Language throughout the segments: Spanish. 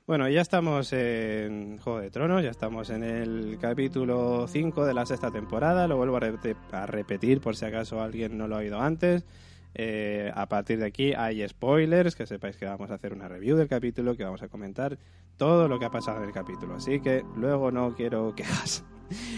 Bueno, ya estamos en Juego de Tronos, ya estamos en el capítulo 5 de la sexta temporada. Lo vuelvo a repetir por si acaso alguien no lo ha oído antes. A partir de aquí hay spoilers, que sepáis que vamos a hacer una review del capítulo, que vamos a comentar todo lo que ha pasado en el capítulo. Así que luego no quiero quejas.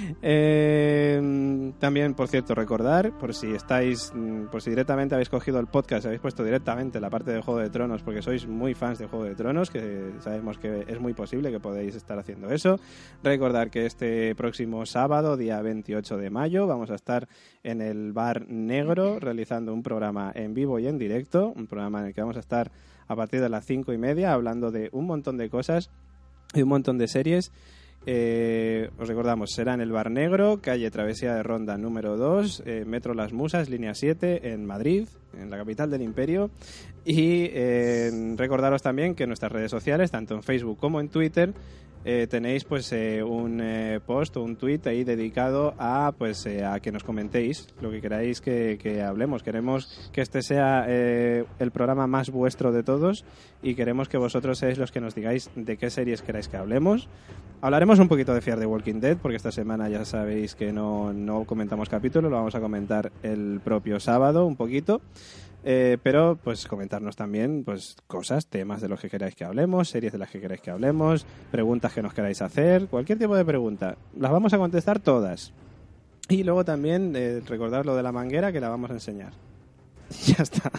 También, por cierto, recordar, por si directamente habéis cogido el podcast, habéis puesto directamente la parte de Juego de Tronos porque sois muy fans de Juego de Tronos, que sabemos que es muy posible que podéis estar haciendo eso. Recordar que este próximo sábado, día 28 de mayo, vamos a estar en el Bar Negro realizando un programa en vivo y en directo, un programa en el que vamos a estar a partir de las 5:30 hablando de un montón de cosas y un montón de series. Os recordamos, será en el Bar Negro, calle Travesía de Ronda número 2, Metro Las Musas, línea 7, en Madrid, en la capital del imperio. Y recordaros también que en nuestras redes sociales, tanto en Facebook como en Twitter, tenéis pues un post o un tweet ahí dedicado a que nos comentéis lo que queráis que hablemos. Queremos que este sea el programa más vuestro de todos y queremos que vosotros seáis los que nos digáis de qué series queráis que hablemos. Hablaremos un poquito de Fear the Walking Dead porque esta semana ya sabéis que no comentamos capítulo, lo vamos a comentar el propio sábado un poquito. Pero pues comentarnos también pues cosas, temas de los que queráis que hablemos, series de las que queráis que hablemos, preguntas que nos queráis hacer, cualquier tipo de pregunta. Las vamos a contestar todas. Y luego también recordad lo de la manguera, que la vamos a enseñar. Ya está.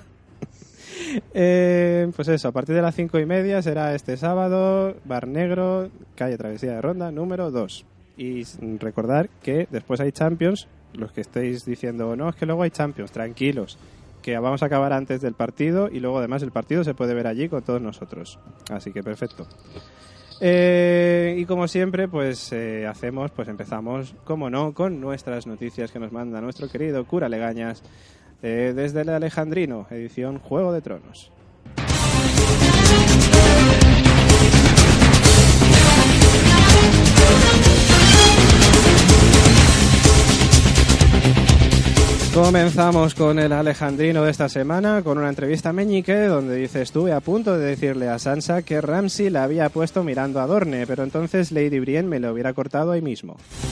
Pues eso, a partir de las 5:30 será este sábado, Bar Negro, calle Travesía de Ronda número 2. Y recordar que después hay Champions. Los que estéis diciendo, no, es que luego hay Champions, tranquilos, que vamos a acabar antes del partido y luego además el partido se puede ver allí con todos nosotros. Así que perfecto. Y como siempre, empezamos, como no, con nuestras noticias que nos manda nuestro querido cura Legañas desde el Alejandrino, edición Juego de Tronos. Comenzamos con el Alejandrino de esta semana, con una entrevista a Meñique, donde dice: estuve a punto de decirle a Sansa que Ramsay la había puesto mirando a Dorne, pero entonces Lady Brienne me lo hubiera cortado ahí mismo.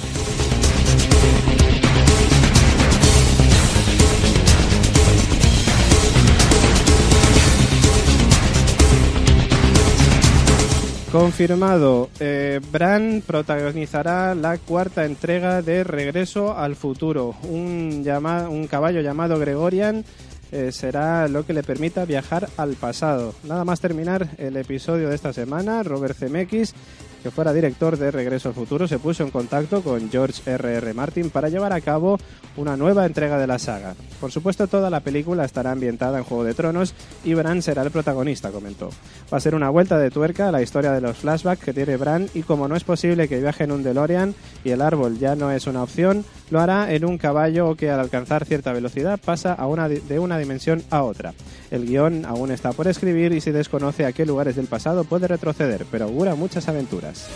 Confirmado, Bran protagonizará la cuarta entrega de Regreso al Futuro. Un caballo llamado Gregorian será lo que le permita viajar al pasado. Nada más terminar el episodio de esta semana, Robert Zemeckis, que fuera director de Regreso al Futuro, se puso en contacto con George R.R. Martin para llevar a cabo una nueva entrega de la saga. Por supuesto, toda la película estará ambientada en Juego de Tronos y Bran será el protagonista, comentó. Va a ser una vuelta de tuerca a la historia de los flashbacks que tiene Bran, y como no es posible que viaje en un DeLorean y el árbol ya no es una opción, lo hará en un caballo que al alcanzar cierta velocidad pasa de una dimensión a otra. El guión aún está por escribir y se desconoce a qué lugares del pasado puede retroceder, pero augura muchas aventuras.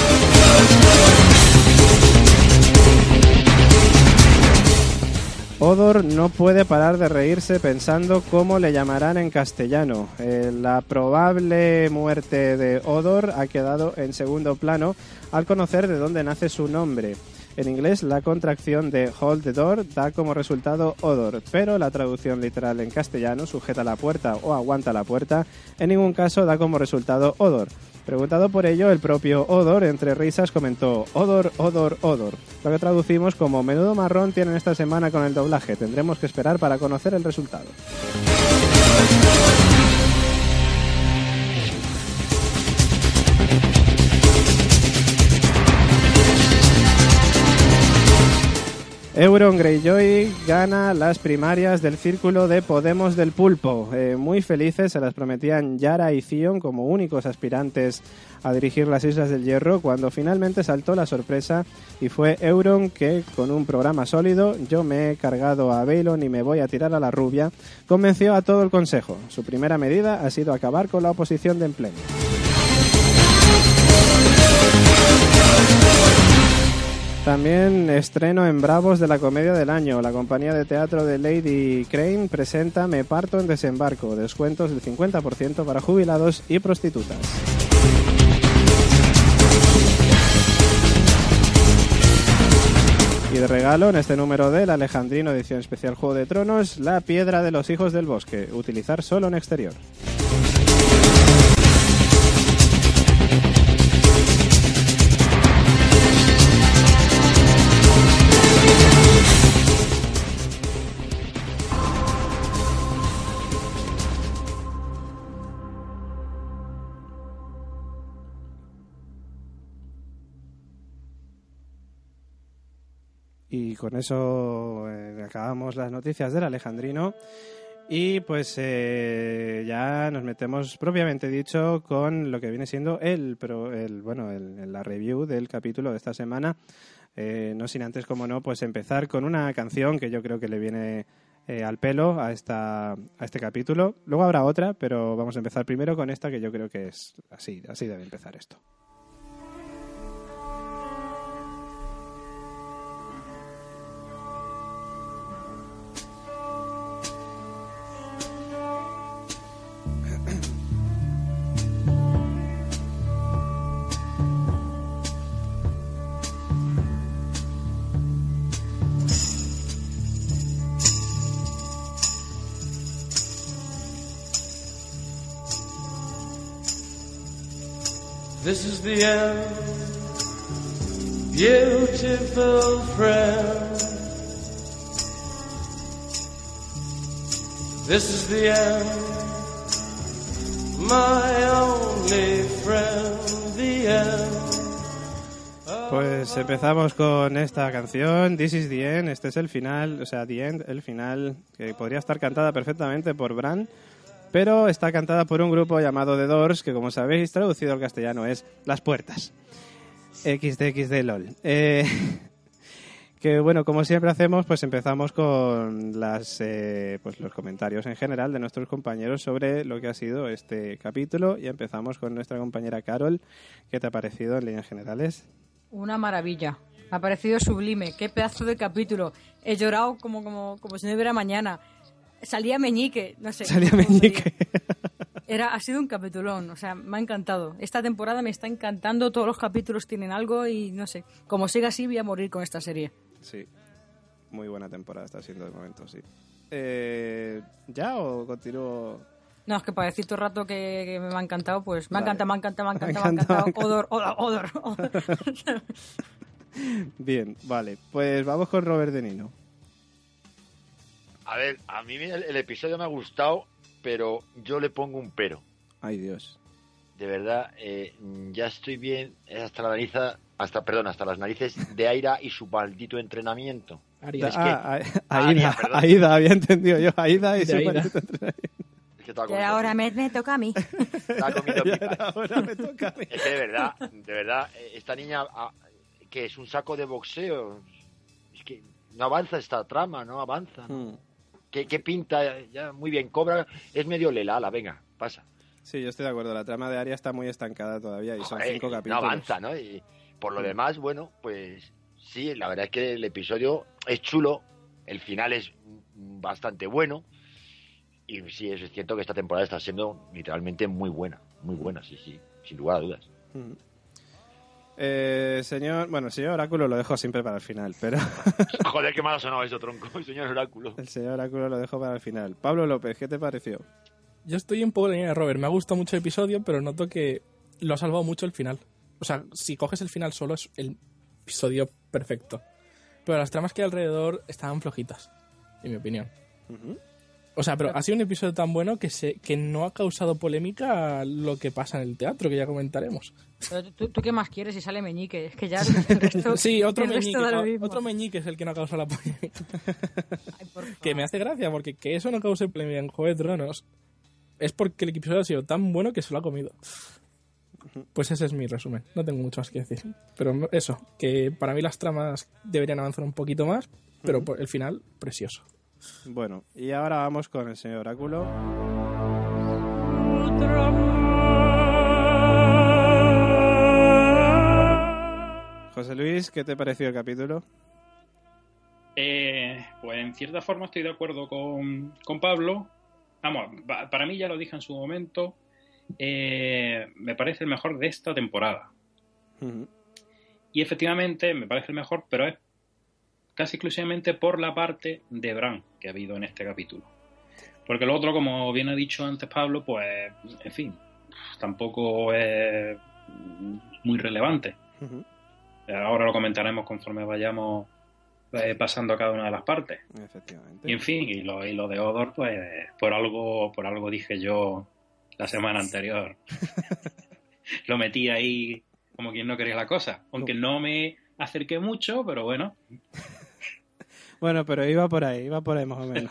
Hodor no puede parar de reírse pensando cómo le llamarán en castellano. La probable muerte de Hodor ha quedado en segundo plano al conocer de dónde nace su nombre. En inglés, la contracción de Hold the Door da como resultado Hodor, pero la traducción literal en castellano, sujeta la puerta o aguanta la puerta, en ningún caso da como resultado Hodor. Preguntado por ello, el propio Hodor, entre risas, comentó: Hodor, Hodor, Hodor. Lo que traducimos como: menudo marrón tienen esta semana con el doblaje, tendremos que esperar para conocer el resultado. Euron Greyjoy gana las primarias del Círculo de Podemos del Pulpo. Muy felices se las prometían Yara y Theon como únicos aspirantes a dirigir las Islas del Hierro, cuando finalmente saltó la sorpresa y fue Euron que, con un programa sólido, yo me he cargado a Baelon y me voy a tirar a la rubia, convenció a todo el Consejo. Su primera medida ha sido acabar con la oposición de empleo. También estreno en Bravos de la comedia del año. La compañía de teatro de Lady Crane presenta Me parto en desembarco, descuentos del 50% para jubilados y prostitutas. Y de regalo, en este número del Alejandrino edición especial Juego de Tronos, la piedra de los hijos del bosque, utilizar solo en exterior. Y con eso acabamos las noticias del Alejandrino y pues ya nos metemos propiamente dicho con lo que viene siendo la review del capítulo de esta semana. No sin antes, como no, pues empezar con una canción que yo creo que le viene al pelo a este capítulo. Luego habrá otra, pero vamos a empezar primero con esta, que yo creo que es así debe empezar esto. This is the end, beautiful friend. This is the end, my only friend, the end. Pues empezamos con esta canción, This is the End. Este es el final, o sea, The End, el final, que podría estar cantada perfectamente por Bran, pero está cantada por un grupo llamado The Doors, que como sabéis, traducido al castellano es Las Puertas. XD LOL. Que bueno, como siempre hacemos, pues empezamos con los comentarios en general de nuestros compañeros sobre lo que ha sido este capítulo, y empezamos con nuestra compañera Carol. ¿Qué te ha parecido en líneas generales? Una maravilla. Me ha parecido sublime. Qué pedazo de capítulo. He llorado como si no hubiera mañana. Salía Meñique, no sé. Salía Meñique. Ha sido un capitulón, o sea, me ha encantado. Esta temporada me está encantando, todos los capítulos tienen algo y no sé. Como siga así, voy a morir con esta serie. Sí, muy buena temporada está siendo de momento, sí. ¿Ya o continúo? No, es que para decir todo el rato que me ha encantado, pues me ha encantado. Odor. Bien, vale, pues vamos con Robert De Nino. A ver, a mí el episodio me ha gustado, pero yo le pongo un pero. Ay, Dios. De verdad, ya estoy bien hasta las narices de Aira y su maldito entrenamiento. Aida, había entendido yo. Aida y su maldito entrenamiento. Y ahora me toca a mí. Está comiendo pipas. Ahora me toca a mí. Es que de verdad, esta niña, que es un saco de boxeo, es que no avanza esta trama, no avanza, ¿no? ¿Qué pinta? Ya, muy bien, Cobra es medio lelala, venga, pasa. Sí, yo estoy de acuerdo, la trama de Arya está muy estancada todavía y son 5 capítulos. No avanza, ¿no? Y por lo demás, bueno, pues sí, la verdad es que el episodio es chulo, el final es bastante bueno, y sí, es cierto que esta temporada está siendo literalmente muy buena, sí, sin lugar a dudas. Señor Oráculo lo dejo siempre para el final, pero... Joder, qué mal ha sonado eso, tronco, el señor Oráculo. El señor Oráculo lo dejo para el final. Pablo López, ¿qué te pareció? Yo estoy un poco en la línea de Robert. Me ha gustado mucho el episodio, pero noto que lo ha salvado mucho el final. O sea, si coges el final solo es el episodio perfecto. Pero las tramas que hay alrededor estaban flojitas, en mi opinión. Uh-huh. O sea, pero ha sido un episodio tan bueno que no ha causado polémica lo que pasa en el teatro, que ya comentaremos. Pero ¿tú qué más quieres si sale Meñique? Es que ya el resto... Sí, otro Meñique es el que no ha causado la polémica. Ay, que me hace gracia, porque que eso no cause polémica en Juego de Tronos es porque el episodio ha sido tan bueno que se lo ha comido. Pues ese es mi resumen. No tengo mucho más que decir. Pero eso, que para mí las tramas deberían avanzar un poquito más, pero el final, precioso. Bueno, y ahora vamos con el señor Oráculo. José Luis, ¿qué te pareció el capítulo? Pues en cierta forma estoy de acuerdo con Pablo. Vamos, para mí ya lo dije en su momento, me parece el mejor de esta temporada. Ujú. Y efectivamente me parece el mejor, pero es casi exclusivamente por la parte de Bran que ha habido en este capítulo. Porque lo otro, como bien ha dicho antes Pablo, pues, en fin, tampoco es muy relevante. Ujú. Ahora lo comentaremos conforme vayamos pasando a cada una de las partes. Efectivamente. Y en fin, y lo de Hodor, pues por algo dije yo la semana anterior. Lo metí ahí como quien no quería la cosa. Aunque no me acerqué mucho, pero bueno. Bueno, pero iba por ahí más o menos.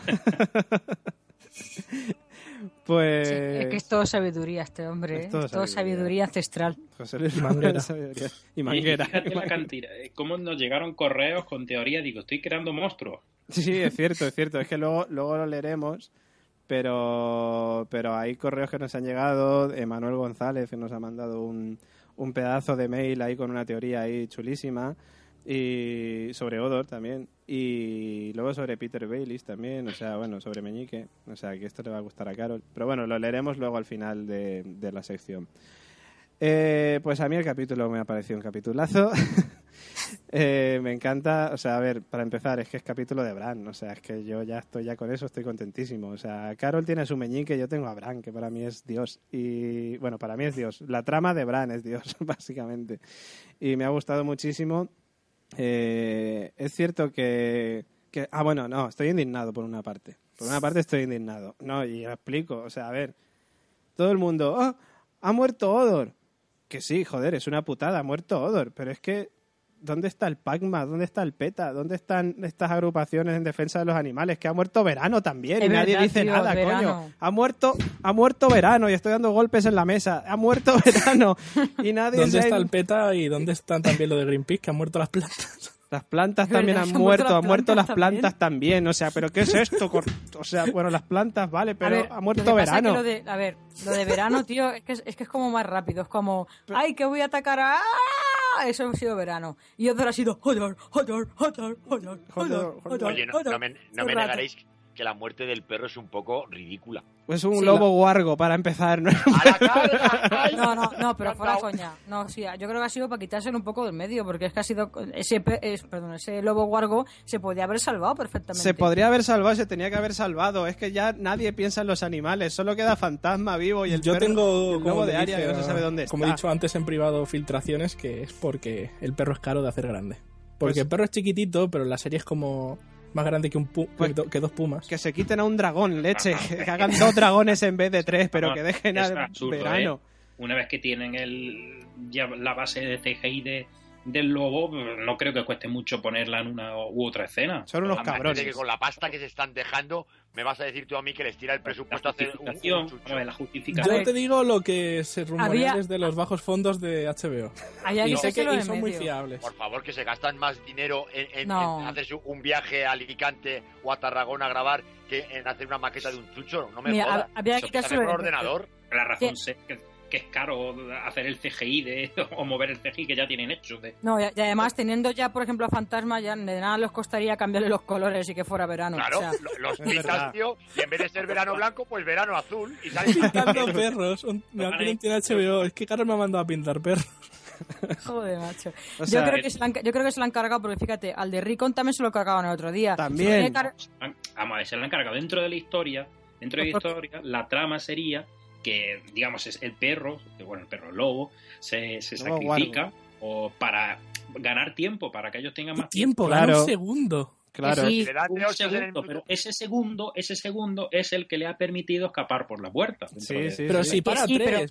Pues... Sí, es que es todo sabiduría este hombre, Es todo todo sabiduría ancestral. José Luis Manguera. Sabiduría. Y Y Manguera. fíjate la cantidad. Cómo nos llegaron correos con teoría. Digo, estoy creando monstruos. Sí, es cierto. Es que luego lo leeremos, pero hay correos que nos han llegado. Emanuel González, que nos ha mandado un pedazo de mail ahí con una teoría ahí chulísima. Y sobre Hodor también. Y luego sobre Peter Baelish también. O sea, bueno, sobre Meñique. O sea, que esto le va a gustar a Carol. Pero bueno, lo leeremos luego al final de la sección. Pues a mí el capítulo me ha parecido un capitulazo. Me encanta. O sea, a ver, para empezar, es que es capítulo de Bran. O sea, es que yo ya estoy con eso, estoy contentísimo. O sea, Carol tiene a su Meñique, yo tengo a Bran, que para mí es Dios. Y bueno, para mí es Dios. La trama de Bran es Dios, básicamente. Y me ha gustado muchísimo. Es cierto que... bueno, no, estoy indignado por una parte. Por una parte estoy indignado. No, y lo explico. O sea, a ver, todo el mundo... ¡Oh! ¡Ha muerto Hodor! Que sí, joder, es una putada, ha muerto Hodor. Pero es que... ¿Dónde está el Pagma? ¿Dónde está el PETA? ¿Dónde están estas agrupaciones en defensa de los animales? Que ha muerto Verano también. Es Y nadie verdad, dice tío, nada, Verano. coño. Ha muerto Verano y estoy dando golpes en la mesa. Ha muerto Verano. Y nadie ¿Dónde se está ha- el PETA y dónde están también lo de Greenpeace, que han muerto las plantas? Las plantas Es también verdad, han que han muerto muerto, las han muerto las plantas plantas también. O sea, ¿pero qué es esto? O sea, bueno, las plantas, vale, pero A ver, ha muerto lo que pasa es que Verano. lo de Verano, tío, es que es como más rápido. Es como, ¡ay, que voy a atacar a... ¡Ah! Eso ha sido Verano. Y otro ha sido Hodor. Oye, no me negaréis que la muerte del perro es un poco ridícula. Pues un Sí, lobo guargo, para empezar, ¿no? ¡A la carga! ¡Ay! No, pero fuera coña. No, sí, yo creo que ha sido para quitárselo un poco del medio, porque es que ha sido... Ese lobo guargo se podía haber salvado perfectamente. Se podría haber salvado, se tenía que haber salvado. Es que ya nadie piensa en los animales, solo queda Fantasma vivo y el Yo perro, tengo, y el como lobo le de Aria, que dije, no se sabe dónde como he está. dicho antes en privado, filtraciones, que es porque el perro es caro de hacer grande. Porque Pues- el perro es chiquitito, pero la serie es como más grande que Pues- que dos pumas. Que se quiten a un dragón, leche. Que hagan 2 dragones en vez de 3, pero Vamos, que dejen es al absurdo, Verano. Una vez que tienen ya la base de CGI del lobo, no creo que cueste mucho ponerla en una u otra escena. Son unos Aparte cabrones. de que con la pasta que se están dejando, me vas a decir tú a mí que les tira el presupuesto a hacer un justificación, chucho. vamos a ver, la Yo justificación. te digo lo que se rumorea Había- desde los bajos fondos de HBO. Había Y que sé que hacérselo y en son muy medio. fiables. Por favor, que se gastan más dinero en No. hacerse un viaje a Alicante o a Tarragona a grabar que en hacer una maqueta de un chucho. No me Mira, jodas. había que Eso quitárselo por en medio. ordenador. La razón sé que es caro hacer el CGI o mover el CGI que ya tienen hecho. No, y además, teniendo ya, por ejemplo, a Fantasma, ya de nada les costaría cambiarle los colores y que fuera Verano. Claro, O sea, los Es verdad. pintas, tío, y en vez de ser verano blanco, pues verano azul. Y sale Pintando perros. Me tiene HBO. Es que Carlos me ha mandado a pintar perros. joder, macho. O sea, yo creo que se lo han cargado, porque fíjate, al de Rickon también se lo cargaron el otro día. También. Se lo había car- Vamos a ver, se lo han cargado dentro de la historia. La trama sería que, digamos, es el perro, el lobo, se Lobo sacrifica o para ganar tiempo, para que ellos tengan más Tiempo, Claro. gana un segundo. Claro. Sí. Le dan de un hostias en el segundo, mundo. pero ese segundo es el que le ha permitido escapar por la puerta. Sí, Dentro de- sí, Pero sí. si para sí, pero- tres.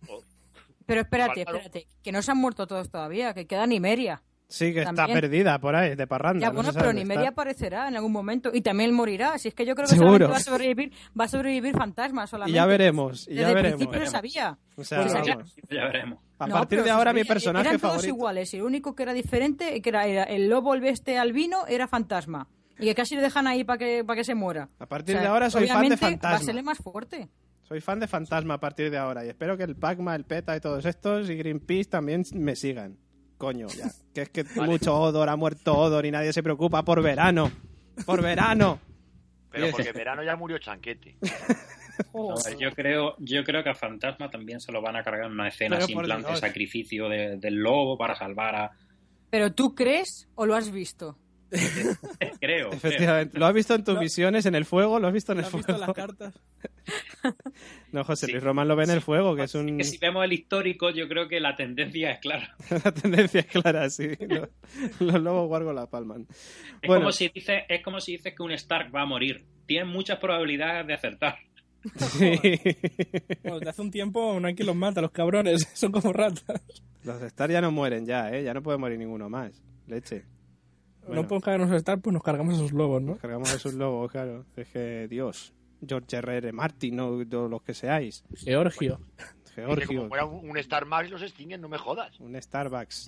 Pero espérate, Bárbaro. que no se han muerto todos todavía, que queda Nimeria. Sí, que está También. perdida por ahí, de parranda. Ya, no bueno, se sabe pero dónde Nimeria está. aparecerá en algún momento y también él morirá. Si es que yo creo que Seguro. solamente va a sobrevivir Fantasma Y solamente. ya veremos, y Desde ya el veremos. principio se sabía. O sea, Pues vamos. Ya veremos. A No, partir pero de se ahora mi sabía, personaje eran todos favorito. iguales y el único que era diferente, que era el lobo, el bestia albino, era Fantasma. Y que casi le dejan ahí para que se muera. A partir de ahora soy fan de obviamente va a Fantasma. serle más fuerte. Soy fan de Fantasma a partir de ahora y espero que el Pagma, el PETA y todos estos y Greenpeace también me sigan. Coño, ya. Que es que mucho Hodor, ha muerto Hodor y nadie se preocupa por Verano. ¡Por Verano! Pero porque en verano ya murió Chanquete. Oh. A ver, yo creo que a Fantasma también se lo van a cargar en una escena Pero sin por plan de Dios. sacrificio del lobo para salvar a... ¿Pero tú crees o lo has visto? Creo. Efectivamente. ¿Lo has visto en tus No. visiones, en el fuego? ¿Lo has visto en el ¿Has visto fuego? las cartas? No, José Sí. Luis Román lo ve en el fuego, que es un... Que si vemos el histórico, yo creo que la tendencia es clara. La tendencia es clara, sí. Los lobos guargo la palman. Es Bueno. como si dices que un Stark va a morir. Tienes muchas probabilidades de acertar. Sí. Bueno, desde hace un tiempo no hay quien los mata, los cabrones. Son como ratas. Los Star ya no mueren ya, ¿eh? Ya no puede morir ninguno más. Leche. Bueno. No podemos cargarnos a Star, pues nos cargamos a esos lobos, ¿no? Nos cargamos de sus lobos, claro. Es que, Dios. George R.R. Martin, no los que seáis. Georgio. Dice, como Georgio. fuera un Star Max los extinguen, no me jodas. Un Starbucks.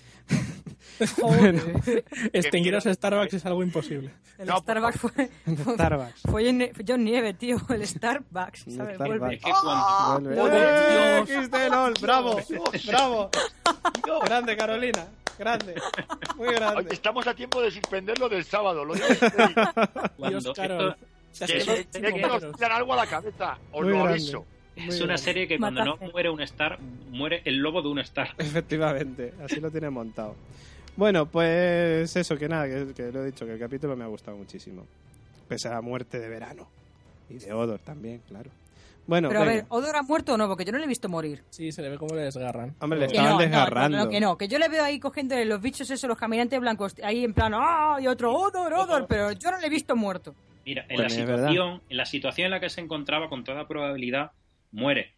Extinguir a Starbucks es algo imposible. El No, por Starbucks fue Starbucks. John Nieve, tío. El Starbucks, Un ¿sabes? Starbucks. Vuelve. Es que cuando... Vuelve. ¡Oh, ¡Eh, Dios! Xtelol! ¡Bravo! ¡Bravo! Grande, Carolina. Grande. Muy Oye, grande. estamos a tiempo de suspenderlo del sábado. Lo digo. Cuando Dios, Carol. esto Te has Que quedado es- sin que nos compañeros. tiran algo a la cabeza. Os Muy lo grande. aviso. Muy es una grande. serie que cuando no Mataste. muere un Star, muere el lobo de un Star. Efectivamente, así lo tiene montado. Bueno, pues eso, que nada, que lo he dicho, que el capítulo me ha gustado muchísimo. Pese a la muerte de Verano. Y de Odor también, claro. Bueno, Pero a venga. ver, ¿Odor ha muerto o no? Porque yo no le he visto morir. Sí, se le ve como le desgarran. Hombre, le Que estaban no, desgarrando. No, que no, que yo le veo ahí cogiendo los bichos esos, los caminantes blancos, ahí en plan, ¡ah! Y otro, Odor, pero yo no le he visto muerto. Mira, en Pues la es verdad. situación en la que se encontraba, con toda probabilidad, muere.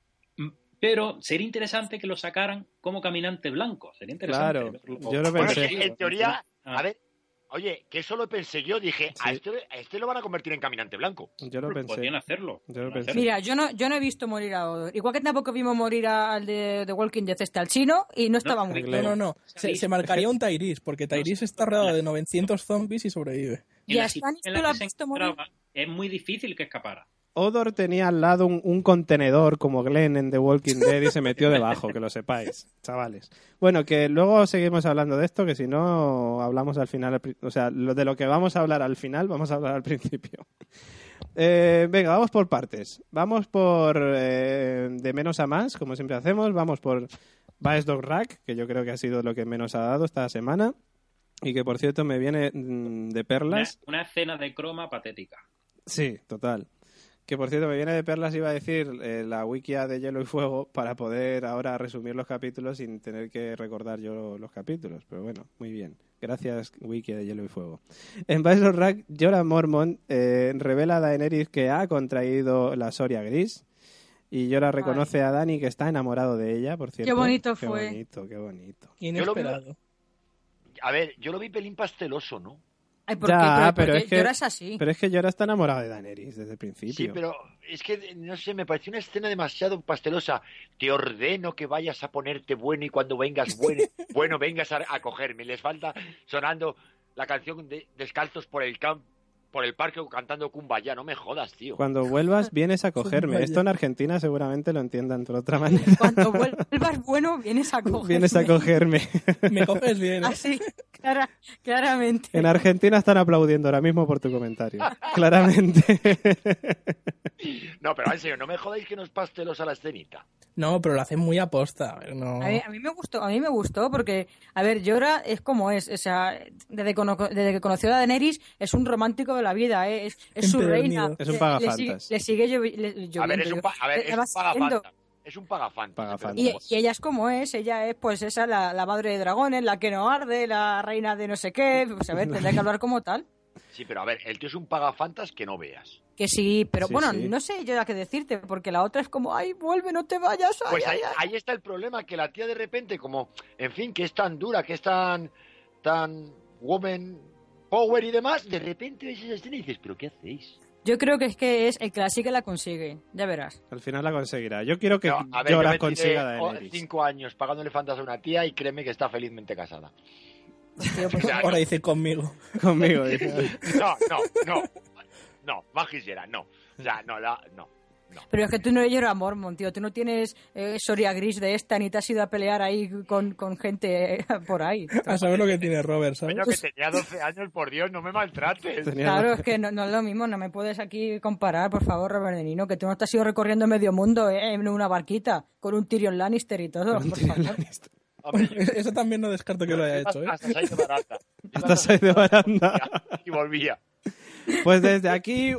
Pero sería interesante que lo sacaran como caminante blanco. Sería interesante. Claro, verlo. yo lo Bueno, pensé. es que en teoría, Ah. a ver, oye, que eso lo pensé yo. Dije, a Sí. este lo van a convertir en caminante blanco. Yo lo pensé. Podrían hacerlo. Yo lo Podrían pensé. hacerlo. Mira, yo no he visto morir a Odor. Igual que tampoco vimos morir al de The Walking Dead, al chino, y no estaba No, muerto. No. Se marcaría un Tyrese, porque Tyrese está rodeado de 900 zombies y sobrevive. En la Ya situación está, en ¿tú la lo que has se visto morir? encontraba, es muy difícil que escapara. Odor tenía al lado un contenedor como Glenn en The Walking Dead y se metió debajo, que lo sepáis, chavales. Bueno, que luego seguimos hablando de esto, que si no hablamos al final, o sea, de lo que vamos a hablar al final, vamos a hablar al principio. Venga, vamos por partes. Vamos por de menos a más, como siempre hacemos. Vamos por Baes Dog Rack, que yo creo que ha sido lo que menos ha dado esta semana. Y que, por cierto, me viene de perlas. Una escena de croma patética. Sí, total. Que por cierto, me viene de perlas, iba a decir, la wikia de Hielo y Fuego para poder ahora resumir los capítulos sin tener que recordar yo los capítulos. Pero bueno, muy bien. Gracias, wikia de Hielo y Fuego. En Battle of Rack, Jorah Mormont revela a Daenerys que ha contraído la Soria Gris. Y Jorah reconoce a Dany que está enamorado de ella, por cierto. Qué bonito Qué fue. bonito, qué bonito. Inesperado. A ver, yo lo vi pelín pasteloso, ¿no? Ay, ¿por Ya, qué? pero Porque es que- Jorah es así. Pero es que Jorah está enamorado de Daenerys desde el principio. Sí, pero es que, no sé, me pareció una escena demasiado pastelosa. Te ordeno que vayas a ponerte bueno y cuando vengas bueno vengas a cogerme. Les falta sonando la canción de Descalzos por el parque cantando Kumbaya. No me jodas, tío. Cuando vuelvas, vienes a cogerme. Vaya. Esto en Argentina seguramente lo entiendan de otra manera. Cuando vuelvas bueno, vienes a cogerme. Vienes a cogerme. Me coges bien. ¿eh? Así, claramente. En Argentina están aplaudiendo ahora mismo por tu comentario. Claramente. No, pero en serio, no me jodáis que no es pastelosa la escenita. No, pero lo hacen muy aposta. A ver, no. A mí me gustó porque, a ver, Jorah es como es, o sea, desde que conoció a Daenerys es un romántico de la vida, es su Empedernido. reina. Es un Le pagafantas. sigue lloviendo. A ver, es un Le va siguiendo. pagafantas. Es un pagafantas. Pagafantas. Y ella es como es, ella es pues esa, la madre de dragones, la que no arde, la reina de no sé qué, pues a ver, tendrá que hablar como tal. Sí, pero a ver, el tío es un pagafantas que no veas. Que sí, pero Sí, bueno, sí. no sé yo a qué decirte, porque la otra es como, ay, vuelve, no te vayas, ay, Pues ay, ay. ahí está el problema, que la tía de repente, como, en fin, que es tan dura, que es tan woman power y demás, de repente ves esa escena y dices, ¿pero qué hacéis? Yo creo que es el que la sigue la consigue, ya verás. Al final la conseguirá. Yo quiero que No, a ver, yo Jorah me consiga a tiré Daenerys. 5 años pagándole fantas a una tía y créeme que está felizmente casada. Hostia, pues, O sea, Ahora dice conmigo. Conmigo. Dice. no, Magis era, no. O sea, no. Pero es que tú no eres Jorah Mormont, tío. Tú no tienes Soria Gris de esta, ni te has ido a pelear ahí con gente por ahí. A saber lo que tiene Robert, ¿sabes? Coño, que tenía 12 años, por Dios, no me maltrates. Claro, es que no es lo mismo. No me puedes aquí comparar, por favor, Robert De Niro, que tú no te has ido recorriendo medio mundo en una barquita con un Tyrion Lannister y todo, por favor. Hombre, Eso también no descarto que lo haya hecho, ¿eh? Hasta seis de barata. Hasta 6 de baranda. Y volvía. Pues desde aquí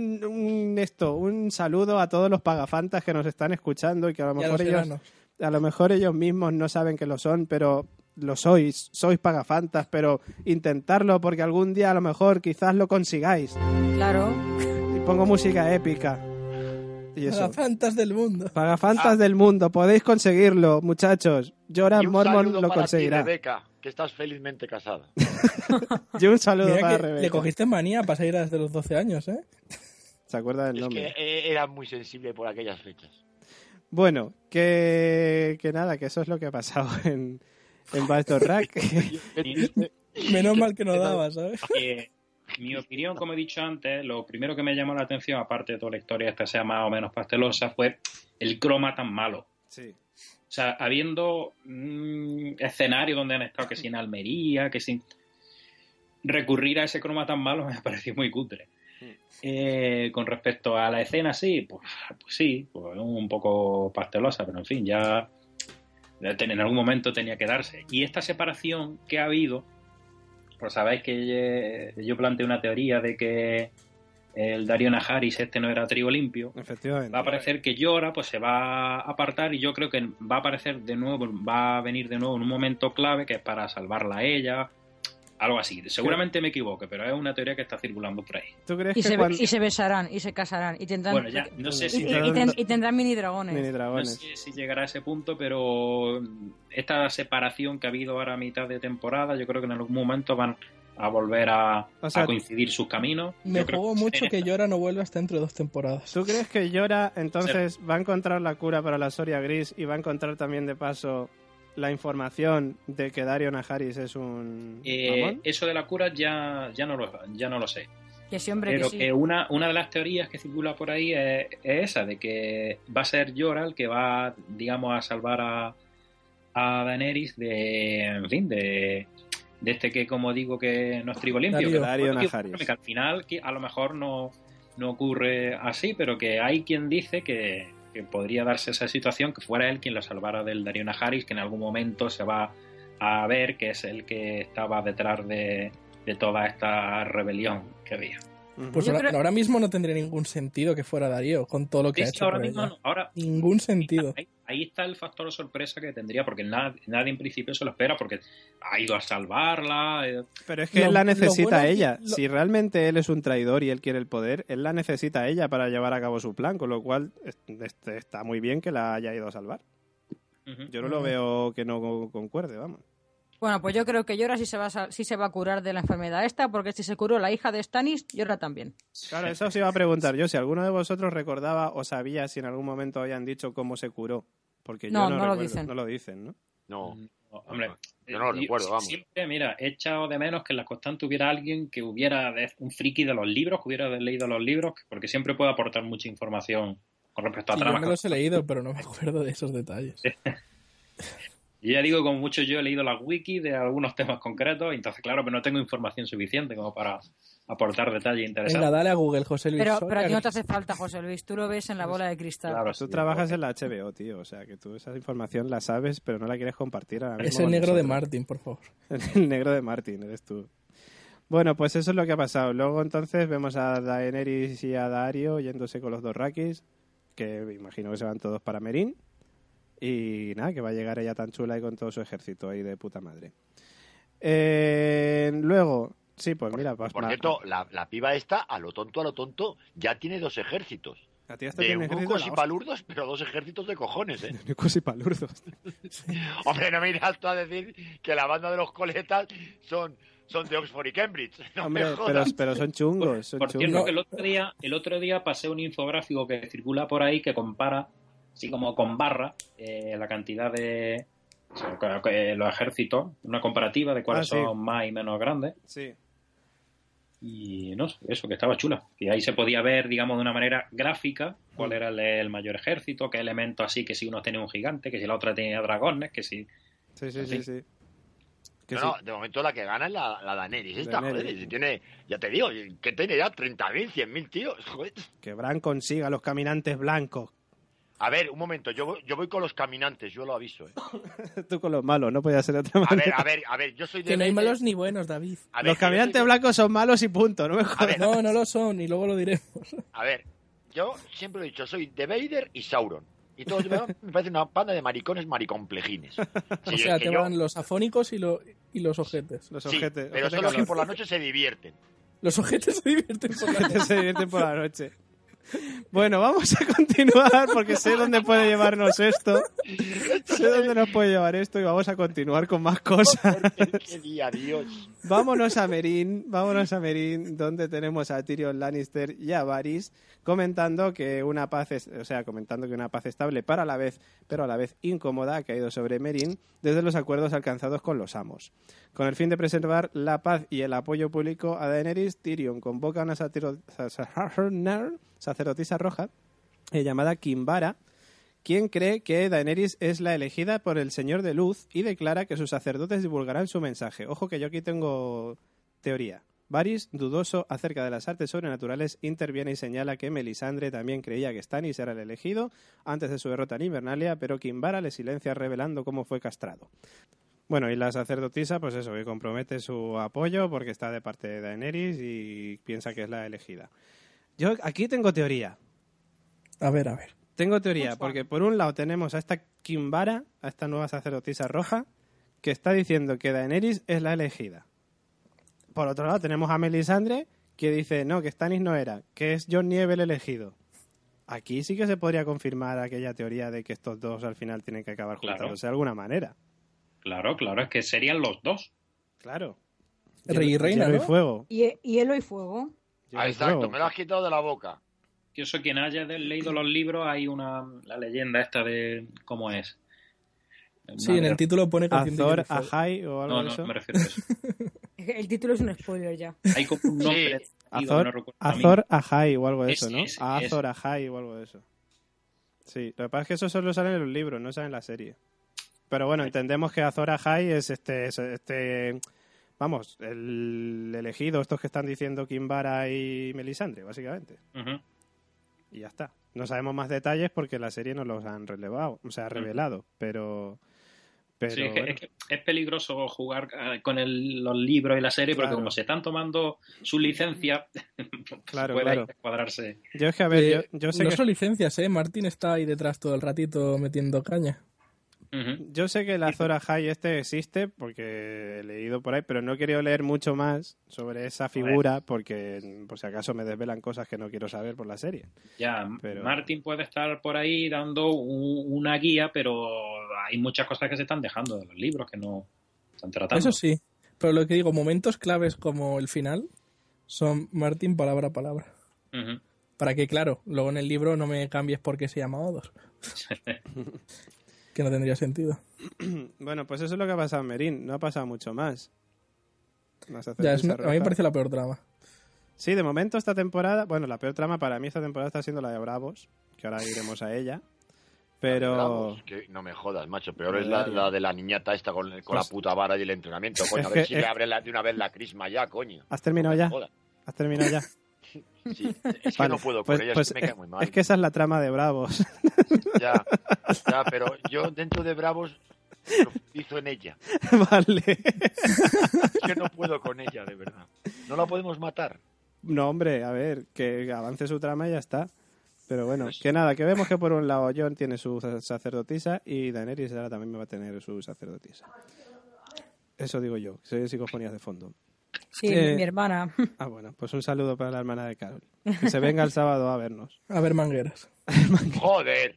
un saludo a todos los pagafantas que nos están escuchando y que a lo Y a mejor los ellos enanos. a lo mejor ellos mismos no saben que lo son, pero lo sois pagafantas, pero intentarlo porque algún día a lo mejor quizás lo consigáis. Claro. Y pongo música épica. Y eso. Pagafantas del mundo. Pagafantas del mundo, podéis conseguirlo, muchachos. Jorah Y un Mormont saludo lo para conseguirá. ti, Rebeca, que estás felizmente casada. Y un saludo Mira para que Rebeca. le cogiste manía para seguir desde los 12 años, ¿eh? ¿Se acuerda del Es nombre? que era muy sensible por aquellas fechas. Bueno, que nada, que eso es lo que ha pasado en Bastor Rack. Menos mal que no daba, ¿sabes? Mi opinión, como he dicho antes, lo primero que me llamó la atención, aparte de toda la historia esta sea más o menos pastelosa, fue el croma tan malo. Sí. O sea, habiendo escenarios donde han estado que sin Almería, que sin recurrir a ese croma tan malo me pareció muy cutre. Con respecto a la escena, sí, pues sí, pues un poco pastelosa, pero en fin, ya en algún momento tenía que darse. Y esta separación que ha habido, pues sabéis que yo planteé una teoría de que el Daario Naharis no era trigo limpio. Efectivamente. Va a parecer que Jorah pues se va a apartar y yo creo que va a aparecer de nuevo, va a venir de nuevo en un momento clave que es para salvarla a ella, algo así. Seguramente me equivoque, pero es una teoría que está circulando por ahí. ¿Tú crees Y que se besarán, y se casarán, y tendrán, Bueno, ya no sé si y tendrán mini dragones. mini no dragones? sé si llegará a ese punto, pero esta separación que ha habido ahora a mitad de temporada, yo creo que en algún momento van a volver a coincidir sus caminos. Me Yo creo juego mucho que Jorah no vuelva hasta dentro de 2 temporadas. ¿Tú crees que Jorah entonces va a encontrar la cura para la Soria Gris y va a encontrar también de paso la información de que Daario Naharis es un mamón? Eso de la cura ya no lo sé. Que sí, hombre, Pero que sí. que una de las teorías que circula por ahí es esa, de que va a ser Jorah el que va, digamos, a salvar a Daenerys de este que, como digo, que no es trigo limpio. Daario Que Naharis. al final que a lo mejor no ocurre así, pero que hay quien dice que podría darse esa situación, que fuera él quien la salvara del Daario Naharis, que en algún momento se va a ver que es el que estaba detrás de toda esta rebelión que había. Pues ahora mismo no tendría ningún sentido que fuera Darío con todo lo que ha hecho. Ahora por mismo ella. no, ahora Ningún sentido. ahí está el factor sorpresa que tendría, porque nadie en principio se lo espera, porque ha ido a salvarla. Pero es que Lo- él la lo necesita bueno a es que ella. lo- Si realmente él es un traidor y él quiere el poder, él la necesita a ella para llevar a cabo su plan, con lo cual está muy bien que la haya ido a salvar. Ujú. Yo no lo veo que no concuerde, vamos. Bueno, pues yo creo que Jorah sí se va a curar de la enfermedad esta, porque si se curó la hija de Stannis, Jorah también. Claro, eso os iba a preguntar yo, si alguno de vosotros recordaba o sabía si en algún momento habían dicho cómo se curó. Porque No, yo no no lo recuerdo, dicen. no lo dicen, ¿no? No, Hombre, yo no lo recuerdo, vamos. Siempre, mira, he echado de menos que en la constante hubiera alguien que hubiera un friki de los libros, que hubiera leído los libros, porque siempre puede aportar mucha información con respecto a Sí, yo tramas. me los he leído, pero no me acuerdo de esos detalles. Yo ya digo, como mucho yo he leído las wikis de algunos temas concretos, entonces claro, pero no tengo información suficiente como para aportar detalles interesantes. Venga, dale a Google, José Luis. Pero Soria a ti no Gris. te hace falta, José Luis. Tú lo ves en la bola de cristal. Claro, Tú sí, trabajas en la HBO, tío, o sea, que tú esa información la sabes, pero no la quieres compartir ahora mismo Es el con negro de nosotros. Martin, por favor. El negro de Martin, eres tú. Bueno, pues eso es lo que ha pasado. Luego entonces vemos a Daenerys y a Daario yéndose con los dos Rakis, que me imagino que se van todos para Meereen. Y nada, que va a llegar ella tan chula y con todo su ejército ahí de puta madre. Luego, sí, pues mira, pues Por cierto, la piba esta, a lo tonto, ya tiene 2 ejércitos. a ti hasta De tiene ejército eunucos la y hostia. palurdos, pero 2 ejércitos de cojones, ¿eh? De eunucos y palurdos. Hombre, no me irás tú a decir que la banda de los coletas son de Oxford y Cambridge. No Hombre, me jodas. pero son chungos, son Por chungos. cierto, que el otro día pasé un infográfico que circula por ahí que compara, así como con barra, la cantidad de o sea, los ejércitos, una comparativa de cuáles Ah, sí. son más y menos grandes. Sí. Y no sé, eso, que estaba chula. Y ahí se podía ver, digamos, de una manera gráfica cuál era el mayor ejército, qué elementos así, que si uno tenía un gigante, que si la otra tenía dragones, que si... Sí. Que No, de momento la que gana es la Daenerys. Esta, Daenerys. joder, si tiene, ya te digo, que tiene ya 30.000, 100.000 tíos, joder. Que Bran consiga los caminantes blancos. A ver, un momento, yo voy con los caminantes, yo lo aviso, Tú con los malos, no podía ser de otra manera. A ver, yo soy de... Que no hay malos ni buenos, David. A ver, Los que yo caminantes soy de- blancos son malos y punto, no me jodas. No lo son, y luego lo diremos. A ver, yo siempre he dicho, soy de Vader y Sauron. Y todos me parece una banda de maricones mariconplejines. Sí, O sea, te van los afónicos y los ojetes. Los Sí, ojetes. pero son los que por la noche se divierten. Los ojetes se divierten por la noche. Se divierten por la noche. Bueno, vamos a continuar porque sé dónde puede llevarnos esto. Sé dónde nos puede llevar esto y vamos a continuar con más cosas. Qué día, Dios. Vámonos a Meereen, donde tenemos a Tyrion Lannister y a Varys comentando que una paz estable pero a la vez incómoda ha caído sobre Meereen desde los acuerdos alcanzados con los amos. Con el fin de preservar la paz y el apoyo público a Daenerys, Tyrion convoca a una sacerdotisa roja llamada Kimbara, quien cree que Daenerys es la elegida por el Señor de Luz y declara que sus sacerdotes divulgarán su mensaje. Ojo que yo aquí tengo teoría. Varys, dudoso acerca de las artes sobrenaturales, interviene y señala que Melisandre también creía que Stannis era el elegido antes de su derrota en Invernalia, pero Kimbara le silencia revelando cómo fue castrado. Bueno, y la sacerdotisa, pues eso, que compromete su apoyo porque está de parte de Daenerys y piensa que es la elegida. Yo aquí tengo teoría. A ver. Tengo teoría, porque por un lado tenemos a esta Kimbara, a esta nueva sacerdotisa roja, que está diciendo que Daenerys es la elegida. Por otro lado tenemos a Melisandre, que dice, no, que Stannis no era, que es Jon Nieve el elegido. Aquí sí que se podría confirmar aquella teoría de que estos dos al final tienen que acabar juntándose de alguna manera. Claro, es que serían los dos. Claro. Rey y reina, Hielo y ¿no? fuego. Y hielo y fuego. Hielo y Exacto, fuego. me lo has quitado de la boca. Que eso, quien haya leído los libros, hay la leyenda esta de cómo es. Sí, en el título pone canción de Azor, Hielo y Fuego. Ahai o algo No, de eso. me refiero a eso. El título es un spoiler ya. Hay como un nombre. Sí. Azor, no recuerdo a mí. Azor Ahai o algo de eso, Ese, ¿no? ese, Azor Ahai o algo de eso. Sí, lo que pasa es que eso solo sale en los libros, no sale en la serie. Pero bueno, entendemos que Azor Ahai es vamos, el elegido, estos que están diciendo Kimbara y Melisandre, básicamente. Ujú. Y ya está. No sabemos más detalles porque la serie nos los han revelado, pero Sí, bueno. es que es peligroso jugar con los libros y la serie porque Claro. como se están tomando su licencia, Claro, puede claro. descuadrarse. Yo es que, a ver, yo sé no que son licencias, Martín está ahí detrás todo el ratito metiendo caña. Ujú. Yo sé que el Azor Ahai existe porque he leído por ahí, pero no he querido leer mucho más sobre esa figura porque por si acaso me desvelan cosas que no quiero saber por la serie. Ya, Pero- Martin puede estar por ahí dando una guía, pero hay muchas cosas que se están dejando de los libros que no están tratando. Eso sí, pero lo que digo, momentos claves como el final son Martín palabra a palabra. Ujú. Para que, claro, luego en el libro no me cambies porque se llama Odor. Que no tendría sentido. Bueno, pues eso es lo que ha pasado en Meereen, no ha pasado mucho más. La Ya, sacerdotisa a mí me roja. parece la peor trama. Sí, de momento esta temporada, bueno, la peor trama para mí esta temporada está siendo la de Bravos, que ahora iremos a ella. Pero Vamos, que no me jodas, macho. Peor es Madre la de la niñata esta con la puta vara y el entrenamiento, coño. A ver si le abre de una vez la crisma ya, coño. ¿has terminado No me ya? jodas. ¿Has terminado ya? Sí, es que Vale, no puedo pues, con ella, pues es que me cae muy mal. es que esa es la trama de Bravos. Ya, pero yo dentro de Bravos profundizo en ella. Vale. Es que no puedo con ella, de verdad. No la podemos matar. No, hombre, a ver, que avance su trama y ya está. Pero bueno, que nada, que vemos que por un lado Jon tiene su sacerdotisa y Daenerys ahora también va a tener su sacerdotisa. Eso digo yo, soy psicofonías de fondo. Sí, Que- mi hermana. Ah, bueno, pues un saludo para la hermana de Carol. Que se venga el sábado a vernos. A ver, mangueras. ¡Joder!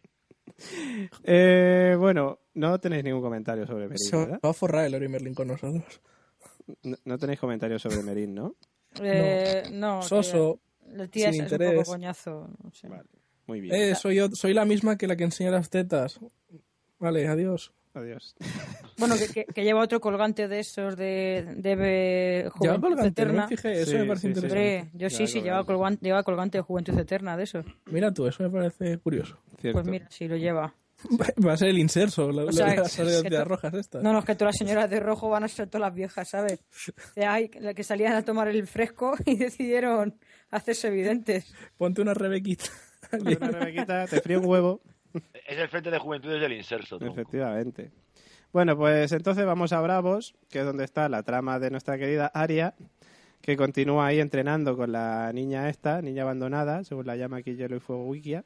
Bueno, no tenéis ningún comentario sobre Meereen, Se ¿verdad? va a forrar el Ori Merlin con nosotros. No tenéis comentarios sobre Meereen, ¿no? No. Soso, La tía sin es un interés. poco coñazo. No sé. Vale, muy bien. soy la misma que la que enseña las tetas. Vale, adiós. Adiós. Bueno, que lleva otro colgante de esos de Lleva Juventud colgante, no Eterna. me fijé, eso Sí, me parece sí, sí. interesante. Hombre, yo sí, lleva colgante de Juventud Eterna de esos. Mira tú, eso me parece curioso. Cierto. Pues mira, sí lo lleva. Va a ser el inserso, O sea, las es que de rojas estas. No, es que todas las señoras de rojo van a ser todas las viejas, ¿sabes? Hay que salían a tomar el fresco y decidieron hacerse evidentes. Ponte una Rebequita. Una Rebequita, te frío un huevo. Es el Frente de Juventudes del Inserso, tronco. Efectivamente. Bueno, pues entonces vamos a Bravos, que es donde está la trama de nuestra querida Arya, que continúa ahí entrenando con la niña abandonada, según la llama aquí Hielo y Fuego Wikia.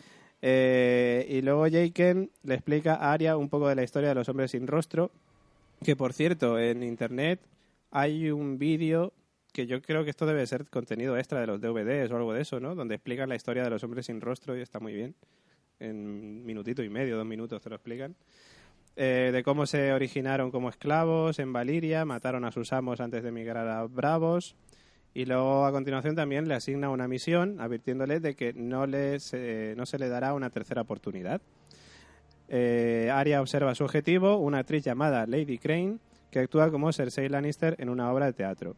Y luego Jaqen le explica a Arya un poco de la historia de los hombres sin rostro, que por cierto, en internet hay un vídeo que yo creo que esto debe ser contenido extra de los DVDs o algo de eso, ¿no? Donde explican la historia de los hombres sin rostro y está muy bien. En minutito y medio, 2 minutos te lo explican. De cómo se originaron como esclavos en Valiria, mataron a sus amos antes de emigrar a Bravos. Y luego a continuación también le asigna una misión advirtiéndole de que no se le dará una tercera oportunidad. Arya observa su objetivo, una actriz llamada Lady Crane, que actúa como Cersei Lannister en una obra de teatro.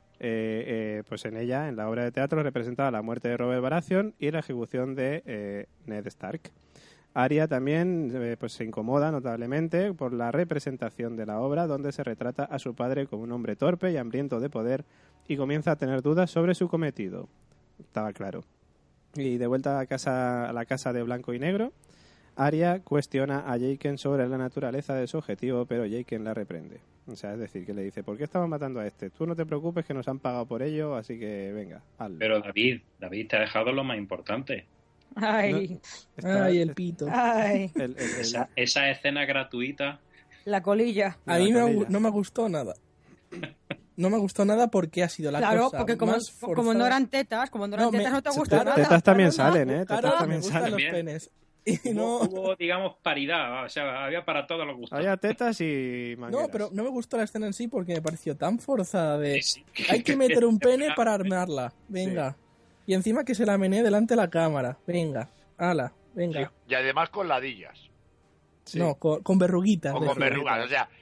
Pues en ella, en la obra de teatro, representaba la muerte de Robert Baratheon y la ejecución de Ned Stark. Arya también pues se incomoda notablemente por la representación de la obra, donde se retrata a su padre como un hombre torpe y hambriento de poder, y comienza a tener dudas sobre su cometido. Estaba claro. Y de vuelta a la casa de Blanco y Negro, Arya cuestiona a Jaqen sobre la naturaleza de su objetivo, pero Jaqen la reprende. O sea, es decir, que le dice, ¿por qué estaban matando a este? Tú no te preocupes, que nos han pagado por ello, así que venga, hazlo. Pero David te ha dejado lo más importante. Ay, Ay, el pito. ay, Esa escena gratuita. la colilla. A mí no me gustó nada. No me gustó nada porque ha sido la Claro, cosa porque como más forzada. no eran tetas, no te gusta Tetas nada. también salen, ¿eh? Claro, Tetas me también gustan salen. los Bien. penes. Y no... Hubo, digamos, paridad. O sea, había para todos los gustos. Había tetas y mangueras. No, pero no me gustó la escena en sí porque me pareció tan forzada de... Sí. Hay que meter un pene para armarla. Venga. Y encima que se la menee delante de la cámara. Venga. Ala. Venga. Sí, y además con ladillas. Sí. No, con verruguitas. O con decía. verrugas. O sea,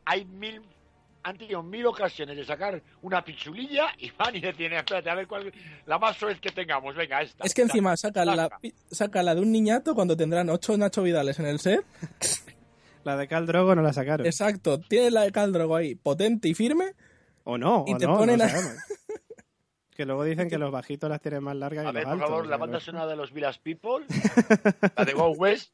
han tenido 1000 ocasiones de sacar una pichulilla y van y deciden, espérate, a ver cuál la más suave que tengamos. Venga, esta. Es que encima saca la de un niñato cuando tendrán 8 Nacho Vidales en el set. La de Khal Drogo no la sacaron. Exacto. Tiene la de Khal Drogo ahí potente y firme. O no, Y o te no, ponen no a- sabemos. Que luego dicen que los bajitos las tienen más largas A que ver, los por altos. favor, o la sea, banda no- sonora de los Village People, la de Go West.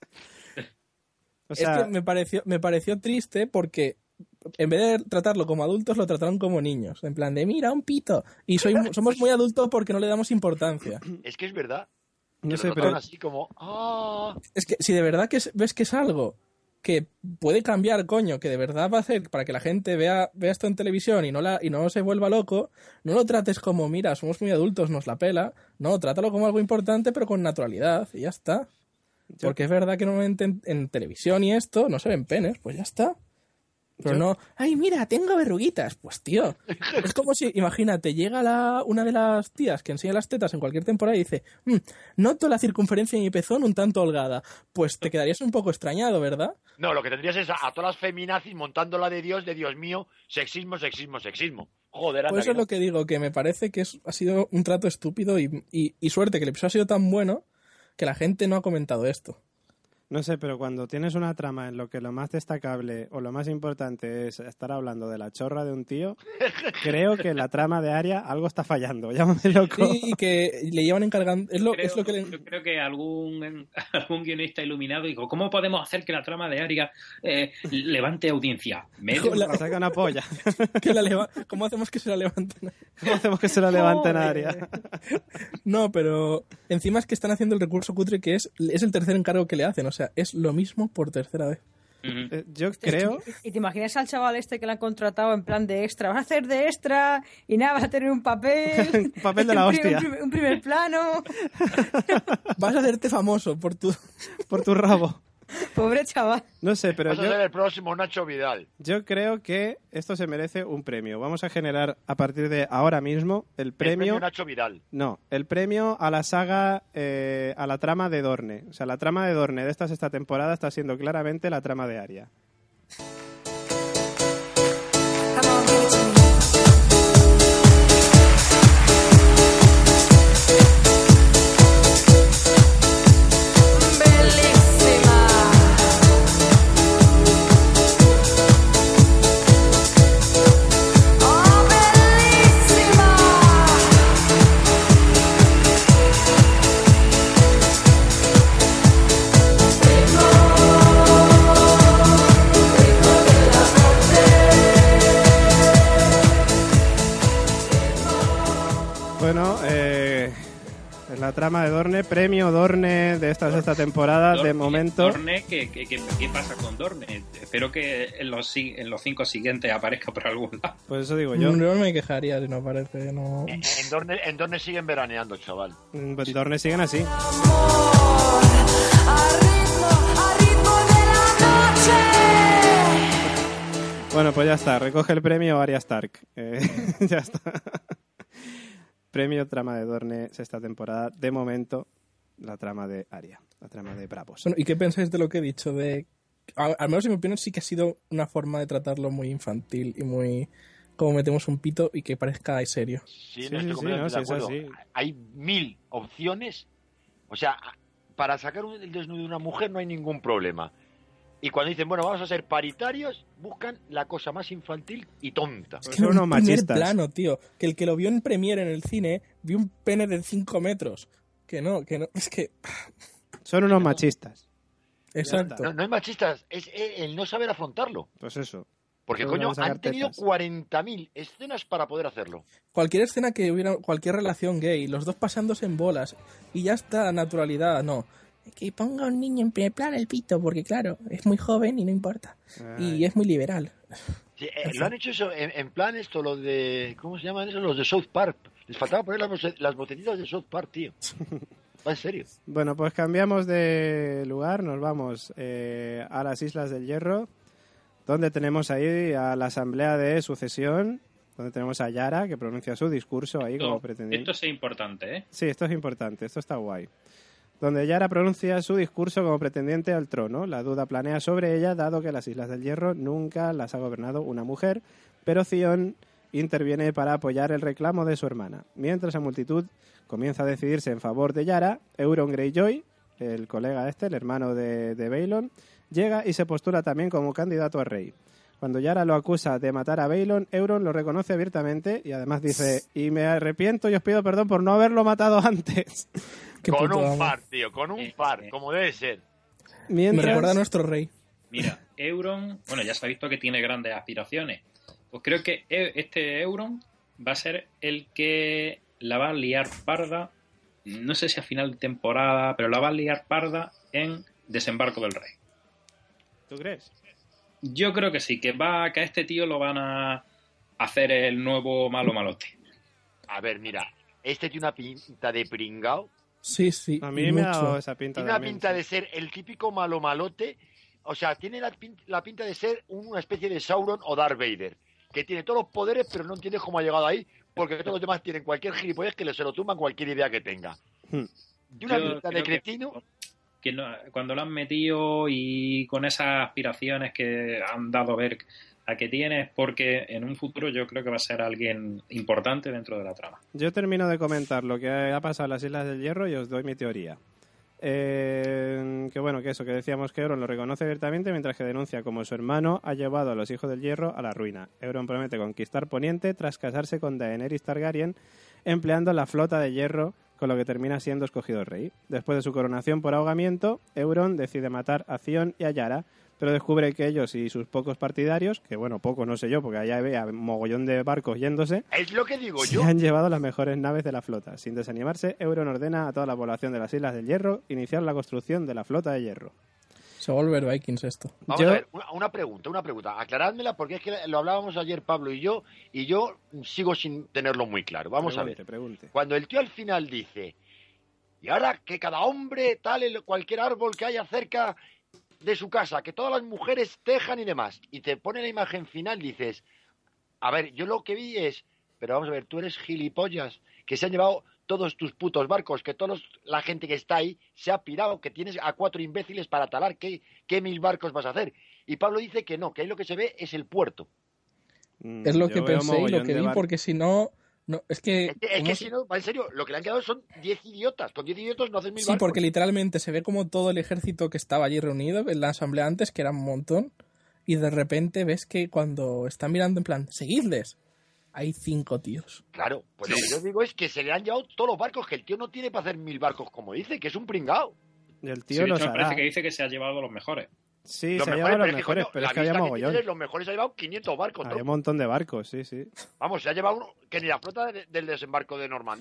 O sea, Es que me pareció triste porque en vez de tratarlo como adultos, lo trataron como niños. En plan de, mira, un pito. Y somos muy adultos porque no le damos importancia. Es que es verdad. no Que sé, lo tratan pero así como, ¡ah! Es que si de verdad ves que es algo que puede cambiar, coño, que de verdad va a hacer para que la gente vea esto en televisión y no se vuelva loco, no lo trates como, mira, somos muy adultos, nos la pela. No, trátalo como algo importante, pero con naturalidad, y ya está. Porque es verdad que normalmente en televisión y esto no se ven penes, pues ya está. Pero no, ay, mira, tengo verruguitas. Pues tío, es como si, imagínate, llega una de las tías que enseña las tetas en cualquier temporada y dice, noto la circunferencia de mi pezón un tanto holgada. Pues te quedarías un poco extrañado, ¿verdad? No, lo que tendrías es a todas las feminazis montándola de Dios mío, sexismo, sexismo, sexismo. Joder, anda. Pues eso es lo que digo, que me parece que ha sido un trato estúpido y suerte que el episodio ha sido tan bueno que la gente no ha comentado esto. no sé, pero cuando tienes una trama en lo que lo más destacable o lo más importante es estar hablando de la chorra de un tío, creo que la trama de Arya algo está fallando. Llámame loco. Sí, y que le llevan encargando... Es lo que le... Yo creo que algún guionista iluminado dijo, ¿cómo podemos hacer que la trama de Arya levante audiencia? Saca una polla. ¿Cómo hacemos que se la levanten? ¿Cómo hacemos que se la levanten a Arya? No, pero encima es que están haciendo el recurso cutre que es el tercer encargo que le hacen. O sea, es lo mismo por tercera vez. Yo creo... ¿Y te imaginas al chaval este que le han contratado en plan de extra? Vas a hacer de extra y nada, vas a tener un papel. Un papel de la hostia. Un primer plano. Vas a hacerte famoso por Por tu rabo. Pobre chaval. No sé, pero Vas a ser el próximo Nacho Vidal. yo creo que esto se merece un premio. Vamos a generar a partir de ahora mismo el premio... Nacho Vidal. No, el premio a la saga, a la trama de Dorne. O sea, la trama de Dorne de esta sexta temporada está siendo claramente la trama de Arya. La trama de Dorne, premio Dorne de esta sexta temporada, de momento. Dorne, ¿qué pasa con Dorne? Espero que en los 5 siguientes aparezca por algún lado. Pues eso digo yo. Yo no me quejaría si no aparece. No. En Dorne siguen veraneando, chaval. En Dorne siguen así. Bueno, pues ya está. Recoge el premio Arya Stark. Ya está. Premio trama de Dorne, sexta temporada. De momento, la trama de Arya. La trama de Bravos. Bueno, ¿y qué pensáis de lo que he dicho? Al menos en mi opinión sí que ha sido una forma de tratarlo muy infantil y muy... como metemos un pito y que parezca serio. Sí, no estoy completamente de acuerdo. Hay 1000 opciones. O sea, para sacar el desnudo de una mujer no hay ningún problema. Y cuando dicen, bueno, vamos a ser paritarios, buscan la cosa más infantil y tonta. Es que no, un primer plano, tío. Que el que lo vio en Premiere en el cine, vio un pene de 5 metros. Que no. Es que... Son unos machistas. Exacto. No es machistas, es el no saber afrontarlo. Pues eso. Porque, coño, han tenido 40.000 escenas para poder hacerlo. Cualquier escena que hubiera, cualquier relación gay, los dos pasándose en bolas, y ya está, naturalidad, no. Que ponga un niño en primer plano el pito, porque claro, es muy joven y no importa. Y es muy liberal. Sí, lo han hecho eso, en plan esto, lo de... ¿Cómo se llaman eso? Los de South Park. Les faltaba poner las botetitas de South Park, tío. Va en serio. Bueno, pues cambiamos de lugar, nos vamos a las Islas del Hierro, donde tenemos ahí a la Asamblea de Sucesión, donde tenemos a Yara, que pronuncia su discurso ahí como pretendiente. Esto es importante, ¿eh? Sí, esto es importante, esto está guay. Donde Yara pronuncia su discurso como pretendiente al trono. La duda planea sobre ella, dado que las Islas del Hierro nunca las ha gobernado una mujer, pero Theon interviene para apoyar el reclamo de su hermana. Mientras la multitud comienza a decidirse en favor de Yara, Euron Greyjoy, el colega el hermano de Baelon, llega y se postula también como candidato a rey. Cuando Yara lo acusa de matar a Baelon, Euron lo reconoce abiertamente y además dice: y me arrepiento y os pido perdón por no haberlo matado antes. Con un par, tío, con un par, como debe ser. Me recuerda a nuestro rey. Mira, Euron, bueno, ya se ha visto que tiene grandes aspiraciones. Pues creo que este Euron va a ser el que la va a liar parda, no sé si a final de temporada, pero la va a liar parda en Desembarco del Rey. ¿Tú crees? Yo creo que sí, que a este tío lo van a hacer el nuevo malote. A ver, mira, este tiene una pinta de pringao. Sí. A mí me ha dado esa pinta. Tiene una pinta de ser el típico malote. O sea, tiene la pinta de ser una especie de Sauron o Darth Vader, que tiene todos los poderes, pero no entiende cómo ha llegado ahí, porque todos los demás tienen cualquier gilipollas que se lo tumban cualquier idea que tenga. Y una pinta de cretino. Que no, cuando lo han metido y con esas aspiraciones que han dado a ver a que tiene, es porque en un futuro yo creo que va a ser alguien importante dentro de la trama. Yo termino de comentar lo que ha pasado en las Islas del Hierro y os doy mi teoría. Que bueno, que eso, que decíamos que Euron lo reconoce abiertamente, mientras que denuncia como su hermano ha llevado a los hijos del Hierro a la ruina. Euron promete conquistar Poniente tras casarse con Daenerys Targaryen, empleando la flota de hierro, con lo que termina siendo escogido rey. Después de su coronación por ahogamiento, Euron decide matar a Theon y a Yara, pero descubre que ellos y sus pocos partidarios, que bueno, pocos no sé yo, porque allá había mogollón de barcos yéndose, es lo que digo se yo. han llevado las mejores naves de la flota. Sin desanimarse, Euron ordena a toda la población de las Islas del Hierro iniciar la construcción de la flota de hierro. Se va a volver Vikings esto. Vamos a ver, una pregunta. Aclarádmela porque es que lo hablábamos ayer Pablo y yo sigo sin tenerlo muy claro. Vamos a ver. Pregunte. Cuando el tío al final dice, y ahora que cada hombre tale cualquier árbol que haya cerca de su casa, que todas las mujeres tejan y demás, y te pone la imagen final, dices, a ver, yo lo que vi es, pero vamos a ver, tú eres gilipollas, que se han llevado todos tus putos barcos, que la gente que está ahí se ha pirado, que tienes a 4 imbéciles para talar, ¿qué 1000 barcos vas a hacer? Y Pablo dice que no, que ahí lo que se ve es el puerto. Es lo que pensé y lo que vi, porque si no... No, es que si no, en serio, lo que le han quedado son 10 idiotas. Con 10 idiotas no hacen 1000 sí, barcos. porque literalmente se ve como todo el ejército que estaba allí reunido en la asamblea antes, que era un montón, y de repente ves que cuando están mirando en plan, seguidles, hay 5 tíos. Claro, pues lo que yo digo es que se le han llevado todos los barcos, que el tío no tiene para hacer 1000 barcos, como dice, que es un pringao. Y el tío los me hará. parece que dice que se ha llevado los mejores. Sí, los se ha mejores, llevado los mejores, pero es que había mogollón. Los mejores se ha llevado 500 barcos. Había un montón de barcos, sí. Vamos, se ha llevado uno que ni la flota del desembarco de Normandía.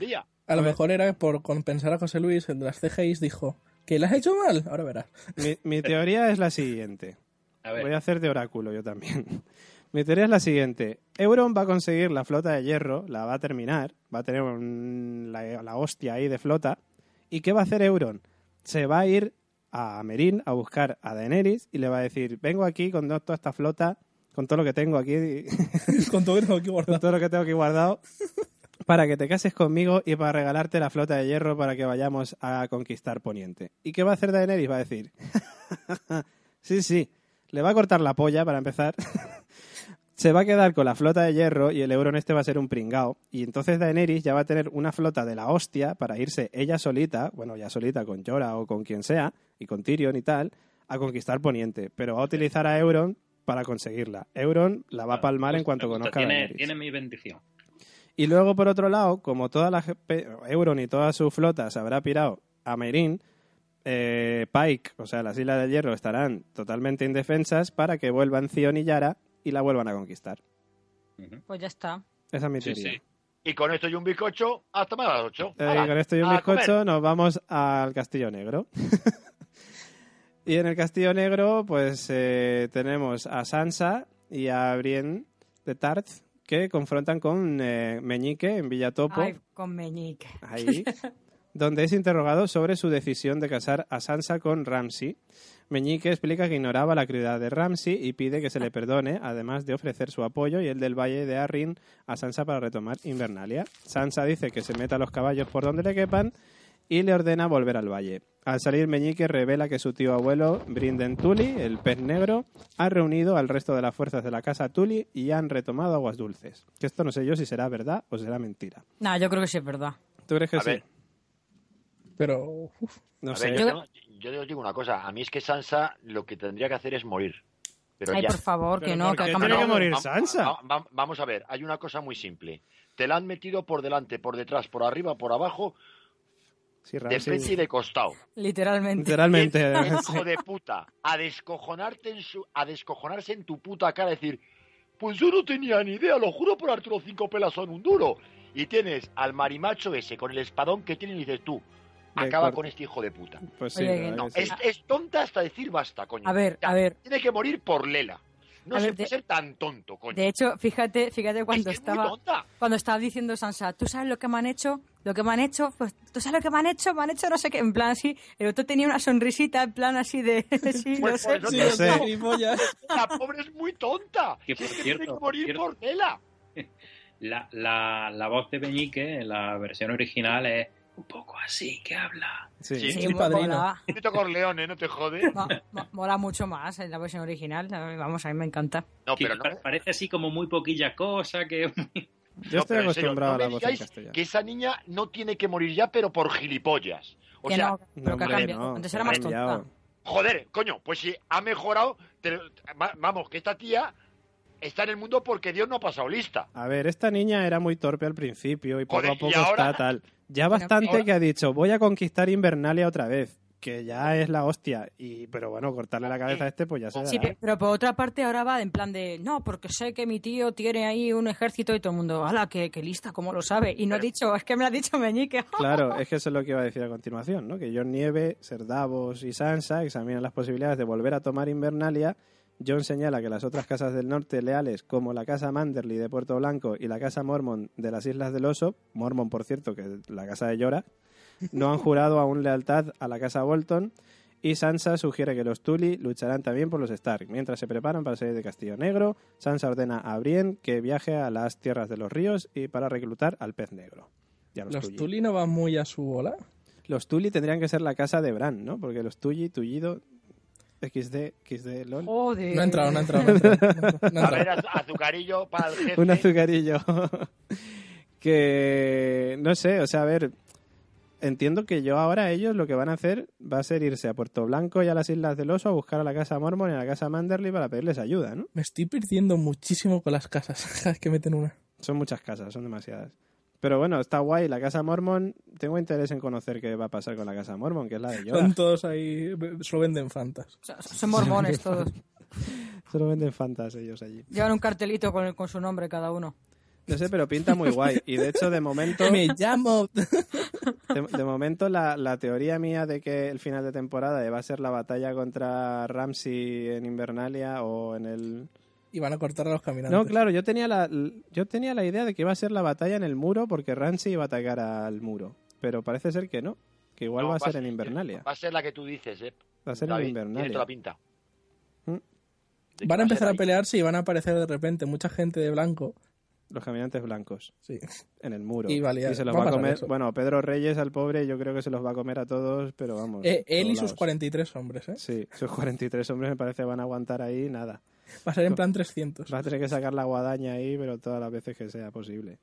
A lo mejor era por compensar a José Luis, el de las CGIs, dijo que lo has hecho mal. Ahora verás. Mi teoría es la siguiente. A ver. Voy a hacer de oráculo yo también. Mi teoría es la siguiente. Euron va a conseguir la flota de hierro, la va a terminar, va a tener la hostia ahí de flota. ¿Y qué va a hacer Euron? Se va a ir a Meereen a buscar a Daenerys y le va a decir, vengo aquí con toda esta flota, con todo lo que tengo aquí, Con todo lo que tengo aquí con guardado. todo lo que tengo aquí guardado, para que te cases conmigo y para regalarte la flota de hierro para que vayamos a conquistar Poniente. ¿Y qué va a hacer Daenerys? Va a decir, sí, le va a cortar la polla para empezar. Se va a quedar con la flota de hierro y el Euron este va a ser un pringao. Y entonces Daenerys ya va a tener una flota de la hostia para irse ella solita, bueno, ya solita con Jorah o con quien sea, y con Tyrion y tal, a conquistar Poniente. Pero va a utilizar a Euron para conseguirla. Euron la va a palmar en cuanto conozca a Daenerys. Tiene mi bendición. Y luego, por otro lado, como Euron y toda su flota se habrá pirado a Meereen, Pike, o sea, las Islas del Hierro, estarán totalmente indefensas para que vuelvan Theon y Yara y la vuelvan a conquistar. Pues ya está. Esa es mi Sí, teoría. sí. Y con esto y un bizcocho, hasta más a las 8. Y con esto y un bizcocho nos vamos al Castillo Negro. Y en el Castillo Negro, pues tenemos a Sansa y a Brienne de Tarth que confrontan con Meñique en Villatopo. Ay, con Meñique. Ahí, donde es interrogado sobre su decisión de casar a Sansa con Ramsay. Meñique explica que ignoraba la crueldad de Ramsay y pide que se le perdone, además de ofrecer su apoyo y el del Valle de Arryn a Sansa para retomar Invernalia. Sansa dice que se meta los caballos por donde le quepan y le ordena volver al valle. Al salir, Meñique revela que su tío abuelo, Brynden Tully, el pez negro, ha reunido al resto de las fuerzas de la casa Tully y han retomado Aguas Dulces. Que esto no sé yo si será verdad o será mentira. Nah, yo creo que sí es verdad. ¿Tú crees que A sí? ver. Pero... No A sé. ver, yo os digo una cosa. A mí es que Sansa lo que tendría que hacer es morir. Pero Ay, ya. por favor, ¿Pero que no, por que ha qué cambiado. tiene que morir Va- Sansa? Vamos a ver, hay una cosa muy simple. Te la han metido por delante, por detrás, por arriba, por abajo, Sí, de frente y de costado. Literalmente. Literalmente. Y el además, hijo de puta, a descojonarse en tu puta cara, decir, pues yo no tenía ni idea, lo juro por Arturo 5 pelas son un duro. Y tienes al marimacho ese con el espadón que tiene y dices tú, acaba con este hijo de puta. Pues sí, Oye, la verdad no, que sí. Es tonta hasta decir basta, coño. A ver, Ya, a ver. Tiene que morir por Lela. No A se ver, puede ser tan tonto, coño. De hecho, fíjate cuando es muy estaba tonta. cuando estaba diciendo Sansa, ¿tú sabes lo que me han hecho? Lo que me han hecho, pues, ¿tú sabes lo que me han hecho? Me han hecho no sé qué, en plan así. El otro tenía una sonrisita, en plan así de, sí, Pues no sé. por eso Sí, te no sé. digo, gilipollas. la pobre es muy tonta. Que Si por es que cierto, tiene que por morir cierto. por Lela. La voz de Meñique en la versión original es un poco así que habla. Sí. Sí. Sí, Sí, padrino. mola, Tito Corleone, no te jode. mola mucho más en la versión original. Vamos, a mí me encanta. No, Que pero no. parece así como muy poquilla cosa, que Yo estoy pero en serio, acostumbrado no a la me voz en digáis castellano. que esa niña no tiene que morir ya, pero por gilipollas. O Que sea, no, pero que ha hombre, cambiado. no, Antes que era ha más cambiado. tonta. joder, coño, pues si ha mejorado, vamos, que esta tía está en el mundo porque Dios no ha pasado lista. A ver, esta niña era muy torpe al principio y poco Joder, a poco ¿y ahora? está tal. Ya Pero bastante ahora- que ha dicho, voy a conquistar Invernalia otra vez, que ya es la hostia. Pero bueno, cortarle la cabeza a este, pues ya se Sí, dará. pero por otra parte ahora va en plan de, no, porque sé que mi tío tiene ahí un ejército y todo el mundo, ¡hala, qué lista, cómo lo sabe! Y no ha dicho, es que me lo ha dicho Meñique. Claro, es que eso es lo que iba a decir a continuación, ¿no? Que Jon Nieve, Ser Davos y Sansa examinan las posibilidades de volver a tomar Invernalia. Jon señala que las otras casas del norte leales, como la casa Manderly de Puerto Blanco y la casa Mormont de las Islas del Oso, Mormont, por cierto, que es la casa de Jorah, no han jurado aún lealtad a la casa Bolton, y Sansa sugiere que los Tully lucharán también por los Stark. Mientras se preparan para salir de Castillo Negro, Sansa ordena a Brienne que viaje a las tierras de los ríos y para reclutar al pez negro. Y a Los Tully no van muy a su bola. Los Tully tendrían que ser la casa de Bran, ¿no? Porque los Tullido, XD, LOL. Joder. No ha entrado. A ver, azucarillo para el jefe. Un azucarillo. Que, no sé, o sea, a ver, entiendo que yo ahora ellos lo que van a hacer va a ser irse a Puerto Blanco y a las Islas del Oso a buscar a la casa Mormon y a la casa Manderly para pedirles ayuda, ¿no? Me estoy perdiendo muchísimo con las casas. Cada vez que meten una. Son muchas casas, son demasiadas. Pero bueno, está guay. La casa Mormon, tengo interés en conocer qué va a pasar con la casa Mormon, que es la de Jorah. Son todos ahí. Solo venden fantas. Son mormones todos. Solo venden fantas ellos allí. Llevan un cartelito con su nombre cada uno. No sé, pero pinta muy guay. Y de hecho, de momento... Me llamo... De momento, la teoría mía de que el final de temporada va a ser la batalla contra Ramsey en Invernalia o en el... Y van a cortar a los caminantes. No, claro, yo tenía la idea de que iba a ser la batalla en el muro porque Ramsey iba a atacar al muro. Pero parece ser que no, que igual No, va a ser en Invernalia. Va a ser la que tú dices, Va a ser David, en Invernalia. tiene toda la pinta. ¿Mm? De que Van a va empezar ser a ahí. pelearse y van a aparecer de repente mucha gente de blanco. Los caminantes blancos Sí. en el muro. Y vale, se los va va a a pasar comer. eso. Bueno, Pedro Reyes, al pobre, yo creo que se los va a comer a todos, pero vamos. Él y todos sus lados. 43 hombres, ¿eh? Sí, sus 43 hombres me parece van a aguantar ahí nada. Va a ser en plan 300. Va a tener que sacar la guadaña ahí, pero todas las veces que sea posible.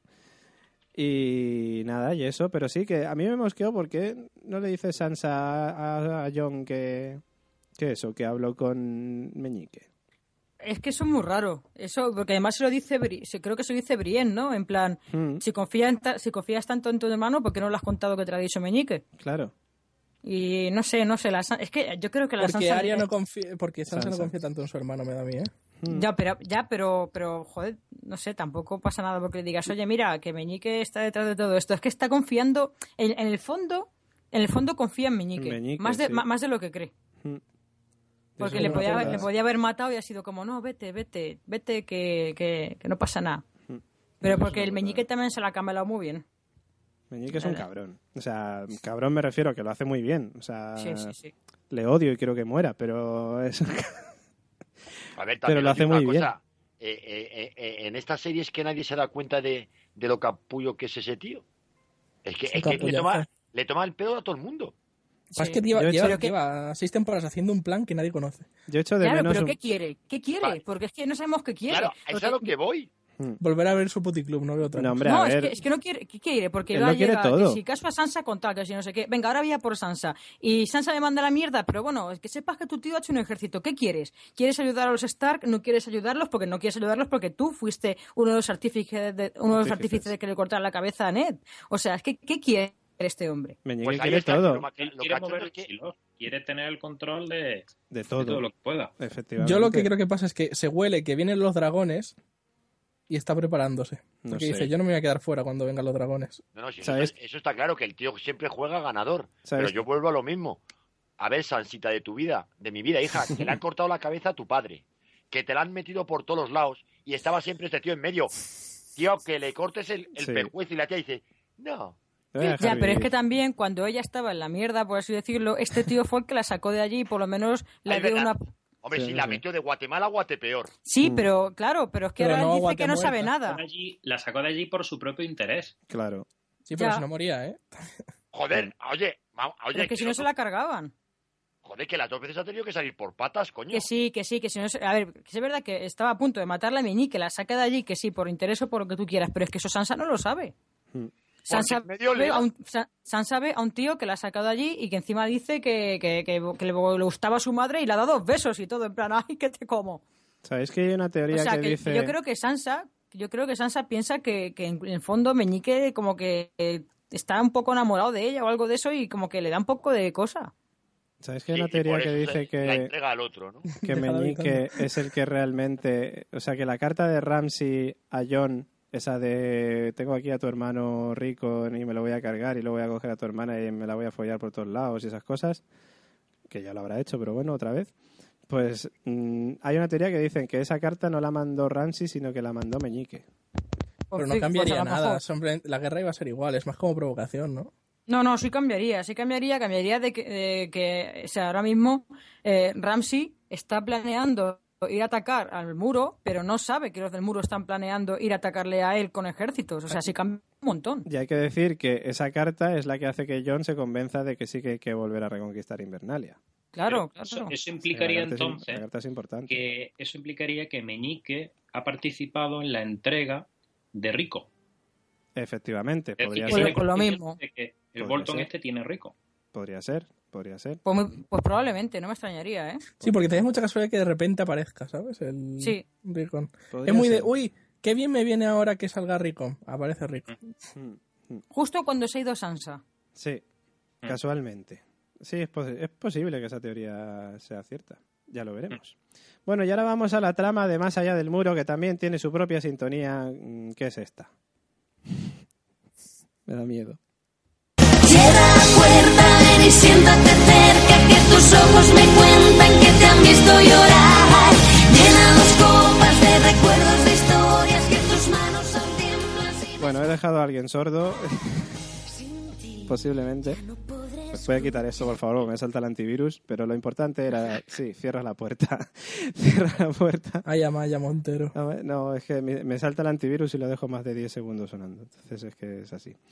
Y nada, y eso, pero sí que a mí me mosqueó porque no le dice Sansa a Jon que eso, que habló con Meñique. Es que eso es muy raro. Eso, porque además se lo dice, creo que se lo dice Brienne, ¿no? En plan, si confías tanto en tu hermano, ¿por qué no le has contado que te lo ha dicho Meñique? Claro. Y no sé, es que yo creo que la Porque Sansa... Arya no confía, porque Sansa no Sansa. confía tanto en su hermano, me da a mí, ¿eh? pero, joder, no sé, tampoco pasa nada porque le digas, oye, mira, que Meñique está detrás de todo esto. Es que está confiando, en el fondo confía en Meñique, Meñique, más sí. más de lo que cree. Porque Eso le es una cosa. podía haber matado y ha sido como, no, vete, que no pasa nada. Pero porque el Meñique también se la ha camelado muy bien. Meñique es un cabrón. O sea, cabrón me refiero que lo hace muy bien. O sea, Sí. le odio y quiero que muera, pero es... A ver, Pero también lo os hace digo una muy bien. cosa, en esta serie es que nadie se da cuenta de lo capullo que es ese tío. Es que capullazo. le toma el pedo a todo el mundo. Es que lleva, Yo he hecho- lleva 6 temporadas haciendo un plan que nadie conoce. Yo echo de Claro, menos... pero un- ¿qué quiere? ¿Qué quiere? Vale. Porque es que no sabemos qué quiere. Claro, es Porque- a lo que voy. Volver a ver su puticlub, no veo otra No, cosa. hombre, No, a ver... es que no quiere, ¿qué quiere? Porque Él va a lo quiere llegar, todo. que si caso a Sansa con tal, que si no sé qué. Venga, ahora voy a por Sansa. Y Sansa me manda la mierda, pero bueno, es que sepas que tu tío ha hecho un ejército. ¿Qué quieres? ¿Quieres ayudar a los Stark? ¿No quieres ayudarlos? Porque no quieres ayudarlos porque tú fuiste uno de los artífices de que le cortaran la cabeza a Ned. O sea, es que ¿qué quiere este hombre? Meñique Pues ahí quiere está, todo. lo Él lo quiere cachondo mover es el que hilo, quiere tener el control De de todo. todo lo que pueda. Efectivamente. Yo lo que creo que pasa es que se huele que vienen los dragones y está preparándose. No Porque sé. dice, yo no me voy a quedar fuera cuando vengan los dragones. No, si ¿Sabes? eso está claro, que el tío siempre juega ganador. ¿Sabes? Pero yo vuelvo a lo mismo. A ver, Sansita, de mi vida, hija, que le han cortado la cabeza a tu padre, que te la han metido por todos los lados y estaba siempre este tío en medio. Tío, que le cortes el Sí. pescuezo y la tía dice, no. Te voy a dejar Ya, pero es vivir. que también cuando ella estaba en la mierda, por así decirlo, este tío fue el que la sacó de allí y por lo menos le Es dio verdad. una... Hombre, Sí, si sí, la sí. metió de Guatemala a Guatepeor. Sí, pero claro, pero es que Pero ahora no él dice que no Guatemuerta. sabe nada. La sacó de allí por su propio interés. Claro. Sí, pero Ya. si no moría, ¿eh? Joder, oye, Pero es que si no se la cargaban. Joder, que las 2 veces ha tenido que salir por patas, coño. Que sí, que si no a ver, que es verdad que estaba a punto de matarla a Meñique, la saca de allí, que sí, por interés o por lo que tú quieras, pero es que eso Sansa no lo sabe. Sansa Porque medio ve, lea. Sansa ve a un tío que la ha sacado allí y que encima dice que le gustaba a su madre y le ha dado 2 besos y todo, en plan, ay, que te como. ¿Sabéis que hay una teoría O sea, que que dice... yo creo que Sansa piensa que en el fondo Meñique como que está un poco enamorado de ella o algo de eso y como que le da un poco de cosa. ¿Sabéis que hay Sí, una y teoría por que eso dice se la que... entrega al otro, ¿no? que Déjalo Meñique es el que realmente... O sea, que la carta de Ramsey a Jon, esa de tengo aquí a tu hermano rico y me lo voy a cargar y luego voy a coger a tu hermana y me la voy a follar por todos lados y esas cosas, que ya lo habrá hecho, pero bueno, otra vez. Pues hay una teoría que dicen que esa carta no la mandó Ramsey, sino que la mandó Meñique. Pero no Pues cambiaría a lo nada. mejor. Simplemente la guerra iba a ser igual. Es más como provocación, ¿no? No, sí cambiaría de que o sea, ahora mismo Ramsey está planeando ir a atacar al muro, pero no sabe que los del muro están planeando ir a atacarle a él con ejércitos. O sea, sí cambia un montón. Y hay que decir que esa carta es la que hace que Jon se convenza de que sí que hay que volver a reconquistar Invernalia. Claro, Pero claro. Eso implicaría La carta entonces la carta es importante. que eso implicaría que Meñique ha participado en la entrega de Rico. Efectivamente, Es podría decir, Pues ser. con lo que mismo. de que el Podría Bolton ser. este tiene Rico. Podría ser. Pues probablemente, no me extrañaría, ¿eh? Sí, porque tenés mucha casualidad que de repente aparezca, ¿sabes? El Sí. Rickon. Podría Es muy ser. de, uy, qué bien me viene ahora que salga Rickon. Aparece Rickon. Justo cuando se ha ido Sansa. Sí, casualmente. Sí, es posible que esa teoría sea cierta. Ya lo veremos. Bueno, y ahora vamos a la trama de Más allá del muro, que también tiene su propia sintonía. ¿Qué es esta? Me da miedo. Cierra la puerta, ven y siéntate cerca, que tus ojos me cuentan que te han visto llorar. Llena dos copas de recuerdos, de historias, que tus manos aún tiemblan. Bueno, he dejado a alguien sordo. Posiblemente. Pues voy a quitar esto, por favor, me salta el antivirus. Pero lo importante era... Sí, cierra la puerta. Cierra la puerta. Ay, Amaya Montero. No, es que me salta el antivirus y lo dejo más de 10 segundos sonando. Entonces es que es así.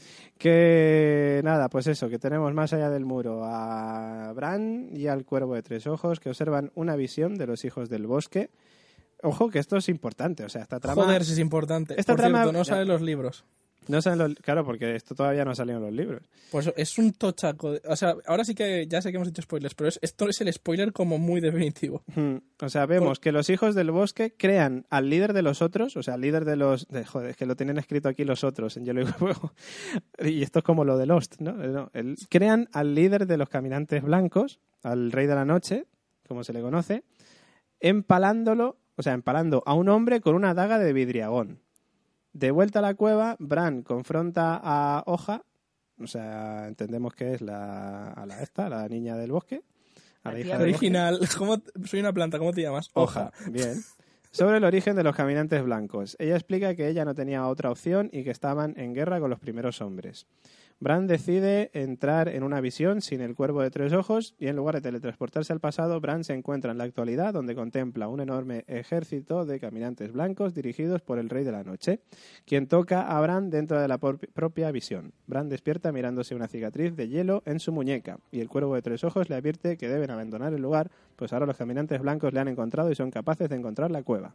Que nada, pues eso, que tenemos más allá del muro a Bran y al Cuervo de Tres Ojos, que observan una visión de los hijos del bosque. Ojo, que esto es importante. O sea, esta trama... Joder, si es importante. Esta Por trama... cierto, no salen los libros. No saben claro, porque esto todavía no ha salido en los libros. Pues es un tochaco. O sea, ahora sí que ya sé que hemos hecho spoilers, pero esto es el spoiler como muy definitivo. O sea, vemos que los hijos del bosque crean al líder de los otros, o sea, al líder de los... joder, es que lo tienen escrito aquí los otros, en Hielo y Fuego. Y esto es como lo de Lost, ¿no? Crean al líder de los caminantes blancos, al Rey de la Noche, como se le conoce, empalando a un hombre con una daga de vidriagón. De vuelta a la cueva, Bran confronta a Hoja, o sea, entendemos que es la niña del bosque, a la hija del original. Soy una planta, ¿cómo te llamas? Hoja. Bien. Sobre el origen de los caminantes blancos. Ella explica que ella no tenía otra opción y que estaban en guerra con los primeros hombres. Bran decide entrar en una visión sin el Cuervo de Tres Ojos y en lugar de teletransportarse al pasado, Bran se encuentra en la actualidad donde contempla un enorme ejército de caminantes blancos dirigidos por el Rey de la Noche, quien toca a Bran dentro de la propia visión. Bran despierta mirándose una cicatriz de hielo en su muñeca y el Cuervo de Tres Ojos le advierte que deben abandonar el lugar, pues ahora los caminantes blancos le han encontrado y son capaces de encontrar la cueva.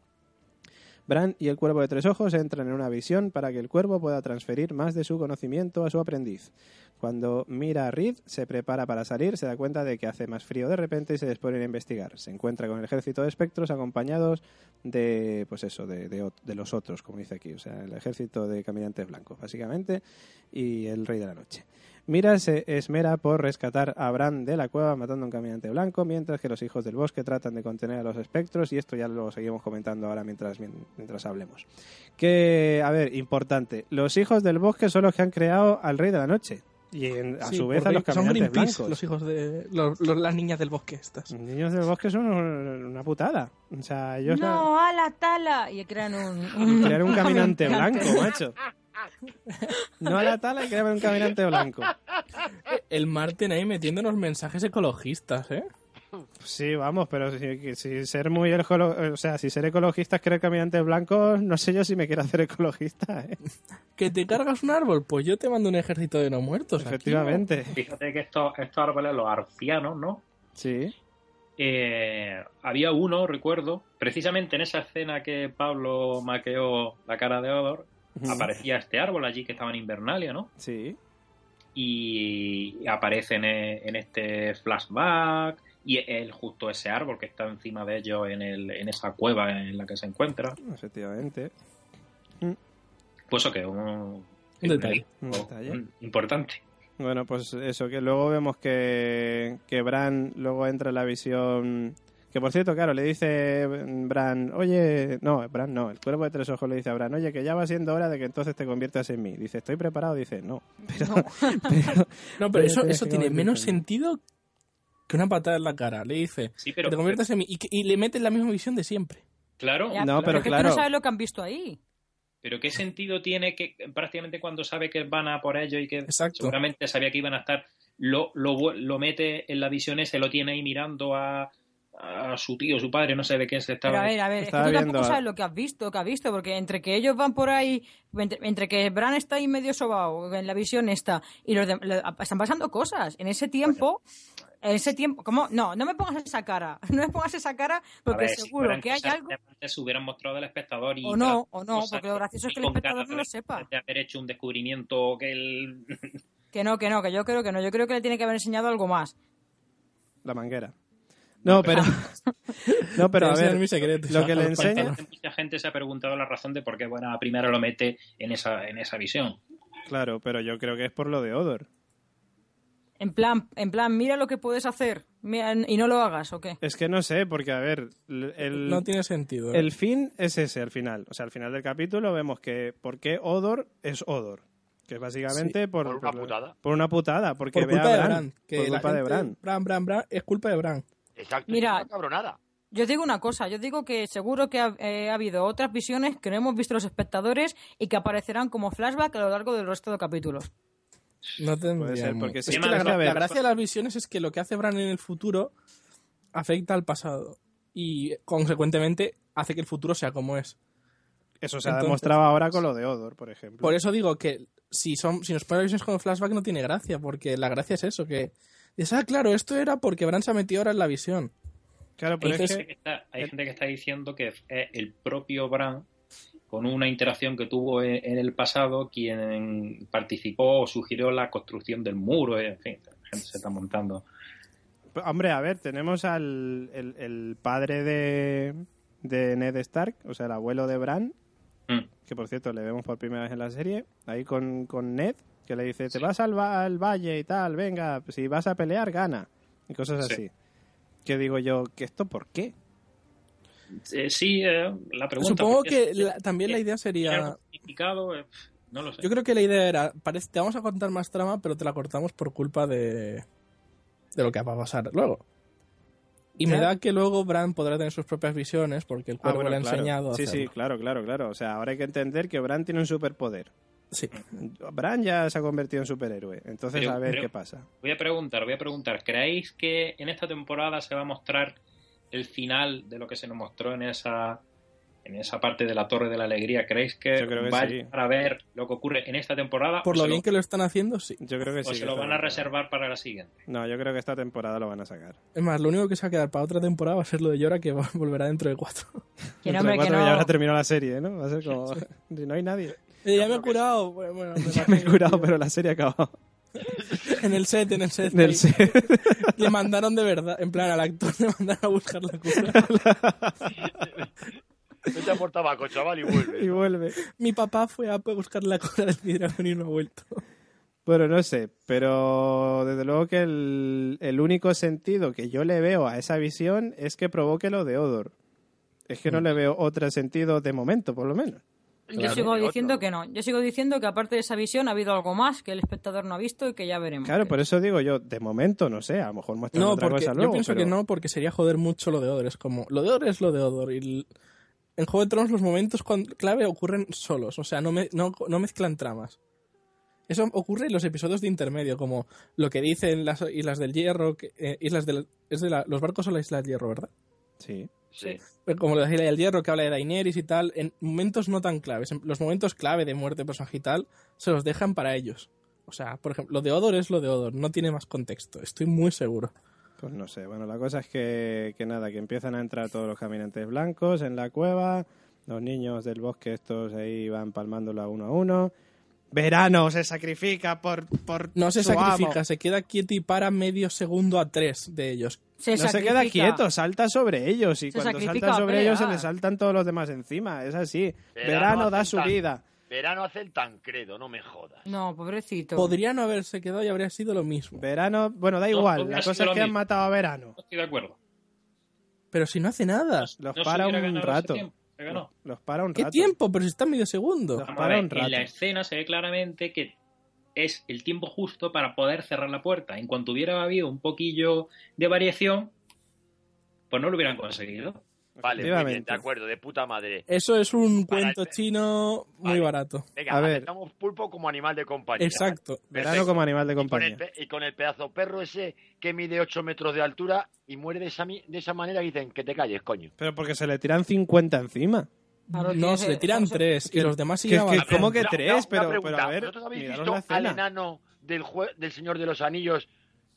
Bran y el Cuervo de Tres Ojos entran en una visión para que el Cuervo pueda transferir más de su conocimiento a su aprendiz. Cuando mira a Reed, se prepara para salir, se da cuenta de que hace más frío de repente y se dispone a investigar. Se encuentra con el ejército de espectros acompañados de, pues eso, de los otros, como dice aquí, o sea, el ejército de caminantes blancos, básicamente, y el Rey de la Noche. Mira se esmera por rescatar a Bran de la cueva matando a un caminante blanco, mientras que los hijos del bosque tratan de contener a los espectros, y esto ya lo seguimos comentando ahora mientras hablemos. Que, a ver, importante, los hijos del bosque son los que han creado al Rey de la Noche. Y a su vez a los caminantes blancos. Los hijos de las niñas del bosque estas. Los niños del bosque son una putada. O sea, ellos a la tala. Y crean un caminante blanco, macho. No a la tala y crean un caminante blanco. El Martin ahí metiéndonos mensajes ecologistas, ¿eh? Sí, vamos, pero si ser si ser ecologista es querer caminantes blancos, no sé yo si me quiero hacer ecologista, ¿eh? ¿Que te cargas un árbol? Pues yo te mando un ejército de no muertos. Efectivamente. Aquí, ¿no? Fíjate que estos árboles, los arcianos, ¿no? Sí. Había uno, recuerdo, precisamente en esa escena que Pablo maqueó la cara de Hodor, aparecía este árbol allí que estaba en Invernalia, ¿no? Sí. Y aparece en este flashback. Y justo ese árbol que está encima de ellos en esa cueva en la que se encuentra. Efectivamente. Pues eso que es un detalle. Importante. Bueno, pues eso, que luego vemos que Bran luego entra en la visión... Que por cierto, claro, le dice Bran, oye... No, Bran no, el Cuervo de Tres Ojos le dice a Bran, oye, que ya va siendo hora de que entonces te conviertas en mí. Dice, ¿estoy preparado? Dice, no. Pero eso tiene menos sentido que una patada en la cara. Le dice, sí, pero, te conviertas en mí y le metes la misma visión de siempre. Claro. Ya, no, pero es que claro. tú no sabes lo que han visto ahí. Pero ¿qué sentido tiene que prácticamente cuando sabe que van a por ellos y que Exacto. seguramente sabía que iban a estar, lo mete en la visión ese, lo tiene ahí mirando a su tío, su padre, no sé de qué se estaba... Pero a ver, es que tú tampoco sabes lo que has visto, porque entre que ellos van por ahí, entre que Bran está ahí medio sobao en la visión esta, y están pasando cosas. En ese tiempo... ¿cómo? No me pongas esa cara. No me pongas esa cara porque seguro que hay algo... Se hubieran mostrado al espectador y... O no, porque lo gracioso es que el espectador no lo sepa. De haber hecho un descubrimiento que él... Que yo creo que no. Yo creo que le tiene que haber enseñado algo más. La manguera. No, pero a ver, mi secreto, lo que le enseña... Mucha gente se ha preguntado la razón de por qué, bueno, primero lo mete en esa visión. Claro, pero yo creo que es por lo de Hodor. En plan, mira lo que puedes hacer y no lo hagas, ¿o qué? Es que no sé, porque a ver, No tiene sentido. el fin es ese al final. O sea, al final del capítulo vemos que por qué Odor es Odor. Que es básicamente por una putada. Por una putada, porque Por ve culpa a de Bran. Bran. Que Por la culpa de gente- Bran. Bran, es culpa de Bran. Exacto, Mira, es una cabronada. Yo digo una cosa, yo digo que seguro que ha habido otras visiones que no hemos visto los espectadores y que aparecerán como flashback a lo largo del resto de capítulos. No Puede tendría ser, mu- porque Es sí, que es que, a ver, la gracia de las visiones es que lo que hace Bran en el futuro afecta al pasado y, consecuentemente, hace que el futuro sea como es. eso se ha Entonces- demostrado ahora con lo de Odor, por ejemplo. Por eso digo que si nos ponen visiones como flashback no tiene gracia, porque la gracia es eso, que dices, claro, esto era porque Bran se ha metido ahora en la visión. Claro, pero Entonces- es que... Hay gente que está diciendo que es el propio Bran, con una interacción que tuvo en el pasado, quien participó o sugirió la construcción del muro. En fin, la gente se está montando. Hombre, a ver, tenemos al el padre de Ned Stark, o sea, el abuelo de Bran, que por cierto le vemos por primera vez en la serie, ahí con Ned, que le dice, te vas al valle y tal, venga, si vas a pelear, gana, y cosas Sí. así. Que digo yo, ¿que esto por qué? La pregunta... Supongo porque que es- también la idea ¿tiene sería... algún significado? No lo sé. Yo creo que la idea era, te vamos a contar más trama, pero te la cortamos por culpa de lo que va a pasar luego. Y me Ya. da que luego Bran podrá tener sus propias visiones, porque el cuervo bueno, le ha claro. enseñado a Sí, hacerlo. sí, claro. O sea, ahora hay que entender que Bran tiene un superpoder. Sí. Bran ya se ha convertido en superhéroe, entonces Pero- a ver pero- qué pasa. Voy a preguntar, ¿creéis que en esta temporada se va a mostrar el final de lo que se nos mostró en esa parte de la Torre de la Alegría? ¿Creéis que Yo creo que va a sí. llegar a ver lo que ocurre en esta temporada? Por o lo se bien que lo están haciendo, sí. Yo creo que o sí. se que lo esta van a temporada. reservar para la siguiente? No, yo creo que esta temporada lo van a sacar. Es más, lo único que se va a quedar para otra temporada va a ser lo de Llora, que volverá dentro de 4. Que no, Entre hombre, que cuatro no. ya habrá terminado la serie, ¿no? Va a ser como... Si no hay nadie. Ya me he curado. Bueno, Ya me he curado, pero la serie ha acabado. En el set. Del ahí. set. Le mandaron de verdad. En plan, al actor le mandaron a buscar la cura. Vete a por tabaco, chaval, y vuelve. Y vuelve. Mi papá fue a buscar la cura del Midragón y no ha vuelto. Bueno, no sé, pero desde luego que el único sentido que yo le veo a esa visión es que provoque lo de Odor. Es que no le veo otro sentido de momento, por lo menos. Yo sigo diciendo que no. Yo sigo diciendo que aparte de esa visión ha habido algo más que el espectador no ha visto y que ya veremos. Claro, por eso digo yo, de momento, no sé, a lo mejor muestran No, otra porque cosa yo luego. pienso pero- que no, porque sería joder mucho lo de Odor. Es como, lo de Odor es lo de Odor. Y en Juego de Tronos los momentos clave ocurren solos. O sea, no mezclan tramas. Eso ocurre en los episodios de intermedio, como lo que dicen las Islas del Hierro. Los barcos son las Islas del Hierro, ¿verdad? Sí. Sí. Como lo de la Isla del Hierro, que habla de Daenerys y tal, en momentos no tan claves. En los momentos clave de muerte de personaje y tal, se los dejan para ellos. O sea, por ejemplo, lo de Odor es lo de Odor, no tiene más contexto, estoy muy seguro. Pues no sé, bueno, la cosa es que nada, que empiezan a entrar todos los caminantes blancos en la cueva, los niños del bosque estos ahí van palmándola uno a uno. Verano se sacrifica por No se su sacrifica, amo. se queda quieto y para medio segundo a 3 de ellos. Se No se queda sacrifica. quieto, salta sobre ellos y Se cuando sacrifica salta sobre a ellos se pelear. le saltan todos los demás encima, es así. Verano Verano da hace su tan- vida. Verano hace el Tancredo, no me jodas. No, pobrecito. Podría no haberse quedado y habría sido lo mismo. Verano, bueno, da No, igual, hubiera la cosa sido es que lo han mismo. matado a Verano. No estoy de acuerdo. Pero si no hace nada. Los No se para hubiera un ganado ese rato. tiempo, se ganó. Los para un ¿Qué rato. tiempo? Pero si está medio segundo. Los Vamos para a ver, un rato. en la escena se ve claramente que es el tiempo justo para poder cerrar la puerta. En cuanto hubiera habido un poquillo de variación, pues no lo hubieran conseguido. Vale, muy bien, Efectivamente. de acuerdo, de puta madre. Eso es un Para cuento el- chino muy Vale. barato. Venga, A ver. aceptamos pulpo como animal de compañía. Exacto. Verano Perfecto. como animal de Y con, compañía. y con el pedazo perro ese que mide 8 metros de altura y muere de esa manera y dicen que te calles, coño. Pero porque se le tiran 50 encima. Claro, No, tiene se le que- tiran vamos a- 3 y los demás que- siguen que- avanzando. ¿cómo que tres? Pero pregunta, a ver, ¿vosotros habéis miraros visto la escena. al enano del Señor de los Anillos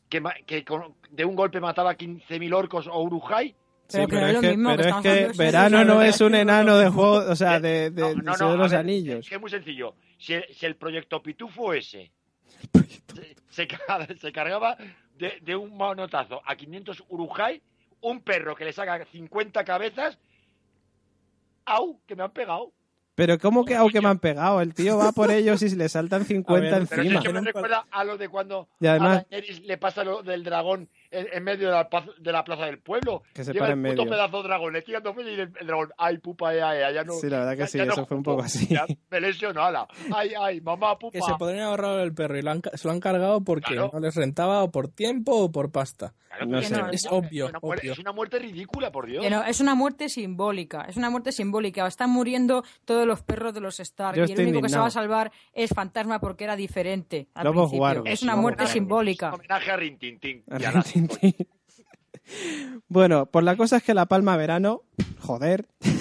de un golpe mataba a 15.000 orcos o urujai? Pero Sí, que no es lo mismo, que pero estamos es hablando que de Verano eso, no de es un verdad. enano de juego, o sea, de No, no, Señor de a los ver, Anillos. Es que es muy sencillo. Si el proyecto Pitufo ese se cargaba de un manotazo a 500 urujai, un perro que le saca 50 cabezas, ¡au! Que me han pegado. Pero ¿cómo que aunque me han pegado? El tío va por ellos y le saltan 50 A ver, Pero encima. es que me recuerda a lo de cuando Y además- a Daenerys le pasa lo del dragón en medio de la plaza del pueblo. Que se Llega para el en puto medio. pedazo de dragón, le tiran 2 metros y el dragón, ay, pupa, ya no. Sí, la verdad que ya- sí, ya no eso fue un jugo, poco así. ya me lesionó, ala. Ay, mamá, pupa. Que se podrían ahorrar el perro y se lo han cargado porque Claro. no les rentaba o por tiempo o por pasta. Claro, No pero sé. no, Es obvio, es una muerte ridícula, por Dios. Que no, es una muerte simbólica. Es una muerte simbólica. Están muriendo todos los perros de los Stark. Yo Y el estoy único que se indignado. va a salvar es Fantasma porque era diferente al Lobos principio. guarros. Es una Lobos muerte guarros. simbólica. Homenaje a Rin Tin Tin. A Y a Rin Tin Tin. Bueno, pues la cosa es que la palma verano, joder,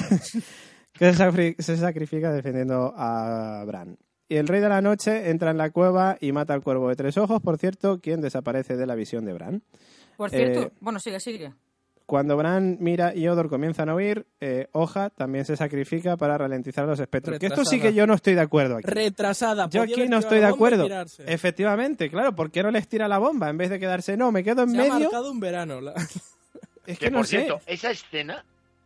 que se sacrifica defendiendo a Bran. Y el Rey de la Noche entra en la cueva y mata al Cuervo de 3 ojos, por cierto, quien desaparece de la visión de Bran. Por cierto, Eh, bueno, sigue. Cuando Bran, Mira y Odor comienzan a huir, Hoja también se sacrifica para ralentizar los espectros. Que esto sí que yo no estoy de acuerdo aquí. Retrasada. Yo podía aquí haber no tirado estoy de la bomba y acuerdo. tirarse. Efectivamente, claro, ¿por qué no les tira la bomba en vez de quedarse? No, me quedo en Se ha medio. marcado un verano. Es Que que no por sé. cierto, esa escena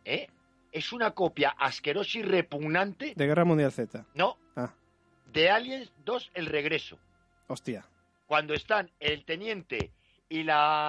es una copia asquerosa y repugnante, De Guerra Mundial Z. no, Ah, de Aliens 2, El Regreso. hostia. Cuando están el teniente y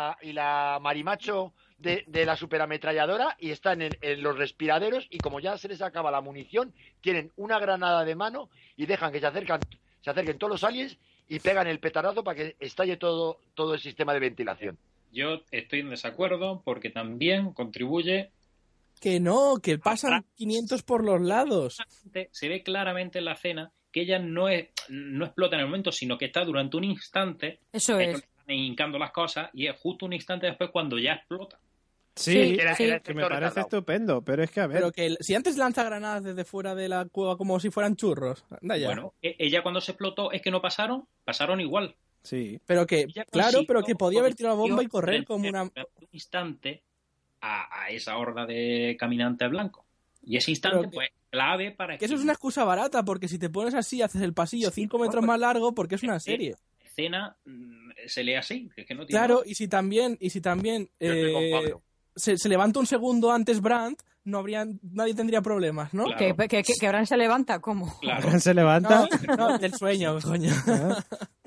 la marimacho de la superametralladora y están en los respiraderos y como ya se les acaba la munición, tienen una granada de mano y dejan que se acerquen todos los aliens y pegan el petardazo para que estalle todo el sistema de ventilación. Yo estoy en desacuerdo porque también contribuye. Que no, que pasan 500 por los lados. Se ve claramente en la escena que ella no explota en el momento, sino que está durante un instante. Eso ellos es. están hincando las cosas y es justo un instante después cuando ya explota. Sí, Era- sí, era que me efecto parece retardado. estupendo, pero es que a ver. Pero que si antes lanza granadas desde fuera de la cueva como si fueran churros. Anda ya. Bueno, ella cuando se explotó es que no pasaron igual. Sí. Pero que, Ella claro, consiguió- pero que podía haber tirado la bomba y consiguió correr como una... durante un instante a esa horda de caminantes blancos. Y ese instante, Pero que- pues, clave para Que eso es una excusa barata, porque si te pones así, haces el pasillo 5 metros más largo, porque es una serie. La escena se lee así, que es que no tiene Claro, nada. y si también Yo estoy con Pablo. se levanta un segundo antes Brandt, nadie tendría problemas, ¿no? Claro. Que Bran se levanta, ¿cómo? Claro. Bran se levanta. No, del sueño, coño. Ah,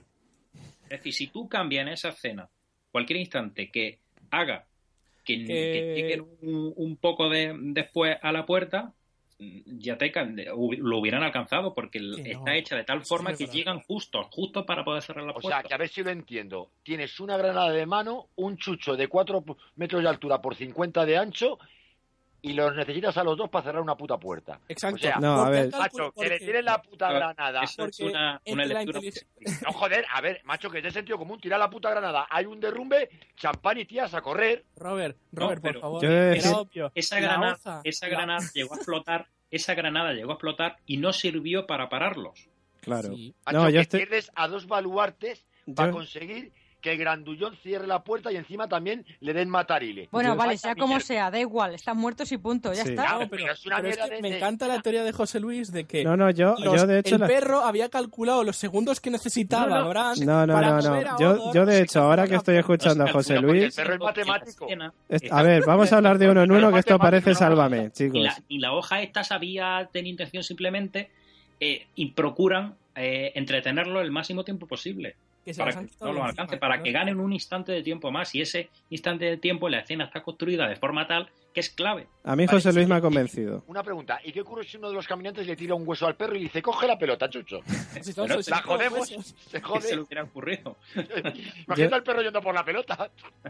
Es decir, si tú cambias en esa escena cualquier instante que haga que lleguen un poco después a la puerta, ya lo hubieran alcanzado porque Que no. está hecha de tal forma es que verdad. llegan justo para poder cerrar la O puerta. sea, que a ver si lo entiendo. Tienes una granada de mano, un chucho de 4 metros de altura por 50 de ancho y los necesitas a los dos para cerrar una puta puerta. Exacto. O sea, No, a Porque ver. el cálculo- macho, que le porque- tiren la puta granada. Eso es porque una entre la lectura inteligencia- No, joder, a ver, macho, que es de sentido común. Tira la puta granada. Hay un derrumbe, champán y tías a correr. Robert, No, por pero favor. yo he de Era decir- obvio. Esa La granada, hoja, esa la- granada llegó a explotar. Esa granada llegó a explotar y no sirvió para pararlos. claro. Sí. Macho, No, yo que estoy. pierdes a dos baluartes para Yo- conseguir que el grandullón cierre la puerta y encima también le den matarile. Bueno, Yo- vale, Vaya sea como mierda. sea, da igual, están muertos y punto, ya Sí. está. Claro, No, pero es una pero es mierda que de- me de- encanta la teoría de José Luis de que No, yo de hecho. el perro había calculado los segundos que necesitaba Brandt No, para no. mover a Yo Odor. de hecho, ahora que estoy escuchando a No se José calcula, Luis. porque el perro es matemático. A ver, vamos a hablar de uno en uno, que esto Matemático, parece no, Sálvame, Y chicos. la hoja esta sabía, tenía intención simplemente y procuran entretenerlo el máximo tiempo posible. Que se Para los han que quitado no lo de alcance, encima, para ¿no? que ganen un instante de tiempo más. Y ese instante de tiempo, la escena está construida de forma tal que es clave. A mí José Luis me ha convencido. Una pregunta, ¿y qué ocurre si uno de los caminantes le tira un hueso al perro y le dice, coge la pelota, chucho? Si todos Pero sois La cinco jodemos, huesos. se ¿Qué se le jode. hubiera ocurrido? Imagínate al perro yendo por la pelota.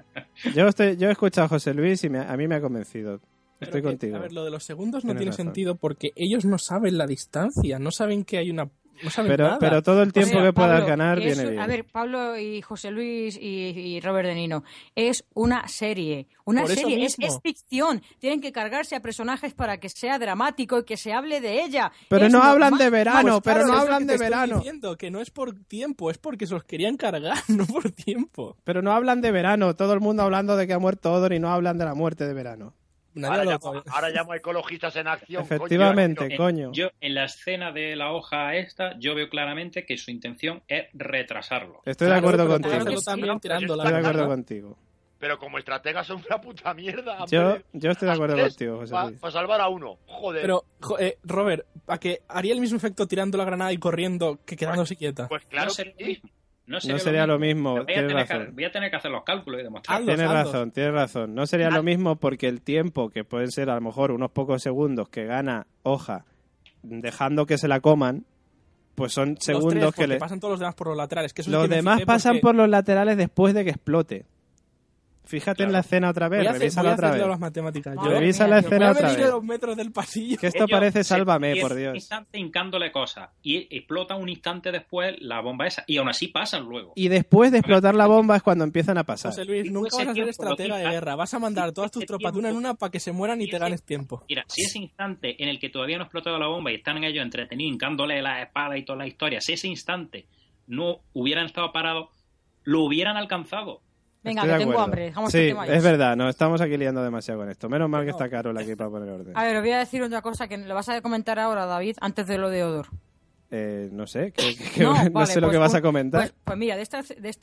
Yo he escuchado a José Luis y a mí me ha convencido. Pero Estoy que, contigo. A ver, lo de los segundos no Tienes tiene razón. sentido porque ellos no saben la distancia, no saben que hay una... No saben nada. Pero todo el tiempo O sea, que puedas Pablo, ganar que es- viene bien. A ver, Pablo y José Luis y Robert De Nino, es una serie. Una Por eso serie, es mismo. ficción. Tienen que cargarse a personajes para que sea dramático y que se hable de ella. Pero Es no hablan normal. de verano, Pues pero claro, no es lo hablan que de te estoy verano. diciendo, que no es por tiempo, es porque se los querían cargar, no por tiempo. Pero no hablan de verano. Todo el mundo hablando de que ha muerto Odor y no hablan de la muerte de verano. Nadie lo sabe. Ahora llamo a ecologistas en acción. Efectivamente, coño. coño. Yo, en la escena de la hoja esta, yo veo claramente que su intención es retrasarlo. Estoy de Claro, acuerdo pero contigo. puede hacerlo Claro que sí. también tirando la Estoy de acuerdo granada. contigo. Pero como estrategas son una puta mierda. Yo estoy de acuerdo contigo, José Para Luis. salvar a uno. Joder. Pero, Robert, a que haría el mismo efecto tirando la granada y corriendo que quedándose quieta. Pues claro No que sería lo sí. mismo. No sería lo mismo. Voy a, Tienes tener razón. voy a tener que hacer los cálculos y demostrarlo. Hazlos. Tienes razón. No sería lo mismo porque el tiempo, que pueden ser a lo mejor unos pocos segundos que gana Hoja dejando que se la coman, pues son Los segundos tres, que le... pasan todos los demás por los laterales. Que eso sí Los que me demás flipé pasan porque por los laterales después de que explote. Fíjate en la escena otra vez, voy a hacer revísala otra vez. las matemáticas. Madre Yo Revisa mía, la tío. escena voy a otra medir vez. los metros del pasillo. Que esto parece Sálvame, por Un Dios. instante hincándole cosas y explota un instante después la bomba esa y aún así pasan luego. Y después de explotar la bomba es cuando empiezan a pasar. José Luis, nunca Ese vas a ser tiempo, estratega de lo guerra. Vas a mandar todas tus ese tropas de una en tiempo- una para que se mueran y te ganes tiempo. Mira, si ese instante en el que todavía no ha explotado la bomba y están ellos entretenidos, hincándole la espada y toda la historia, si ese instante no hubieran estado parados, lo hubieran alcanzado. Venga, Estoy que de tengo acuerdo. hambre. Dejamos Sí, el tema ya. es verdad, nos estamos aquí liando demasiado con esto. Menos mal que está Carol aquí para poner orden. A ver, os voy a decir otra cosa que lo vas a comentar ahora, David, antes de lo de Odor. No sé, No, no vale, sé lo pues que vas a un- comentar. Pues mira, de esta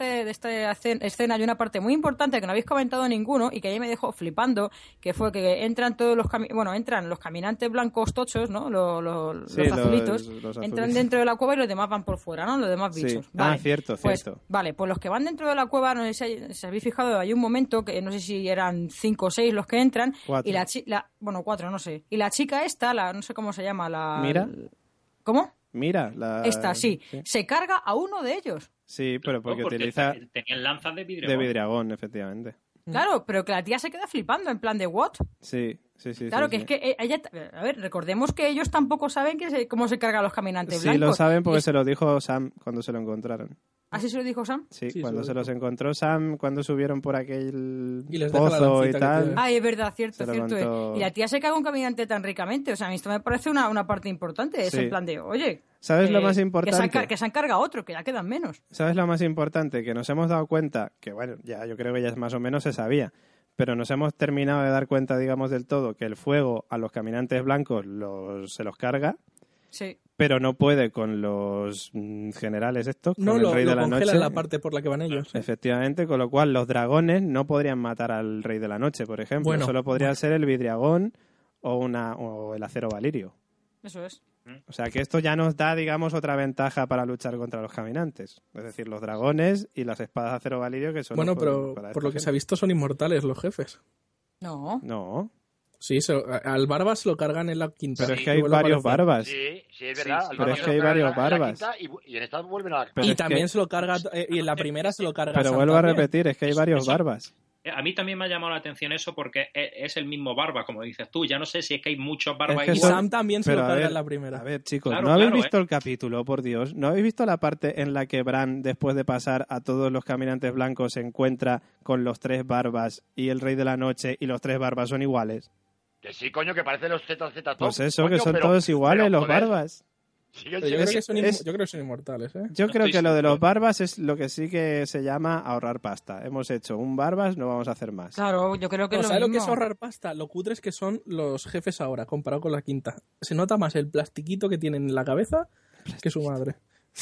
escena hay una parte muy importante que no habéis comentado ninguno y que a mí me dejó flipando, que fue que entran todos los entran los caminantes blancos tochos, ¿no? Los Sí, azulitos, los entran azulitos. dentro de la cueva y los demás van por fuera, ¿no? Los demás Sí. bichos. Ah, Vale. cierto, Pues, cierto. Vale, pues los que van dentro de la cueva, no sé si habéis fijado, hay un momento que no sé si eran 5 o 6 los que entran. 4. Y bueno, 4, no sé. Y la chica esta, no sé cómo se llama, ¿Mira? ¿Cómo? Mira, Esta, sí. Se carga a uno de ellos. Sí, pero porque No, utiliza tenían lanzas de vidrio. de vidriagón, efectivamente. Claro, pero que la tía se queda flipando, en plan de ¿what? Sí. Claro, sí, que sí. es que ella... A ver, recordemos que ellos tampoco saben cómo se cargan los caminantes Sí, blancos. lo saben porque Y- se lo dijo Sam cuando se lo encontraron. ¿Así se lo dijo Sam? Sí, Sí, cuando se se lo los dijo. encontró Sam, cuando subieron por aquel Y les deja la pozo y lancita que tal. tiene. Ay, es verdad, cierto, Se lo cierto. contó. Y la tía se caga un caminante tan ricamente. O sea, a mí esto me parece una parte importante. Es Sí. en plan de, oye... ¿Sabes lo más que importante? que se encarga otro, que ya quedan menos. ¿Sabes lo más importante? Que nos hemos dado cuenta, que bueno, ya yo creo que ya más o menos se sabía, pero nos hemos terminado de dar cuenta, digamos, del todo, que el fuego a los caminantes blancos se los carga, Sí. pero no puede con los generales estos, con No, el Rey lo de la congela Noche. en la parte por la que van ellos. Efectivamente, con lo cual los dragones no podrían matar al Rey de la Noche, por ejemplo. Bueno, Solo podría ser el vidriagón o el acero valirio. Eso es. O sea que esto ya nos da, digamos, otra ventaja para luchar contra los caminantes. Es decir, los dragones y las espadas de acero valirio que son... Bueno, pero por lo que se ha visto son inmortales los jefes. No. No, Sí, al Barba se lo cargan en la quinta. pero es Sí, que hay Vuelve a varios aparecer. barbas. Sí, es verdad. Sí, sí. Al Pero Barba es se que hay lo cargan varios en la barbas. quinta y en esta vuelven a... Pero Y es también que- se lo carga, y en la primera se lo carga Pero Sam vuelvo a también. repetir, es que hay varios eso- barbas. A mí también me ha llamado la atención eso porque es el mismo Barba, como dices tú. Ya no sé si es que hay muchos Barbas Es que Y son- Sam también se Pero lo a carga ver, en la primera. A ver, chicos, Claro, ¿no habéis claro, visto el capítulo, por Dios? ¿No habéis visto la parte en la que Bran, después de pasar a todos los caminantes blancos, se encuentra con los 3 barbas y el Rey de la Noche y los 3 barbas son iguales? Que sí, coño, que parecen los ZZ Top. Pues eso, coño, que son pero- todos iguales pero, los joder, barbas. siguen Pero yo, creo siendo- que son yo creo que son inmortales, ¿eh? Yo No creo estoy que lo de seguro. los barbas es lo que sí que se llama ahorrar pasta. Hemos hecho un barbas, no vamos a hacer más. Claro, yo creo que No, es lo ¿sabes lo que mismo. es ahorrar pasta? Lo cutres que son los jefes ahora, comparado con la quinta. Se nota más el plastiquito que tienen en la cabeza que su madre.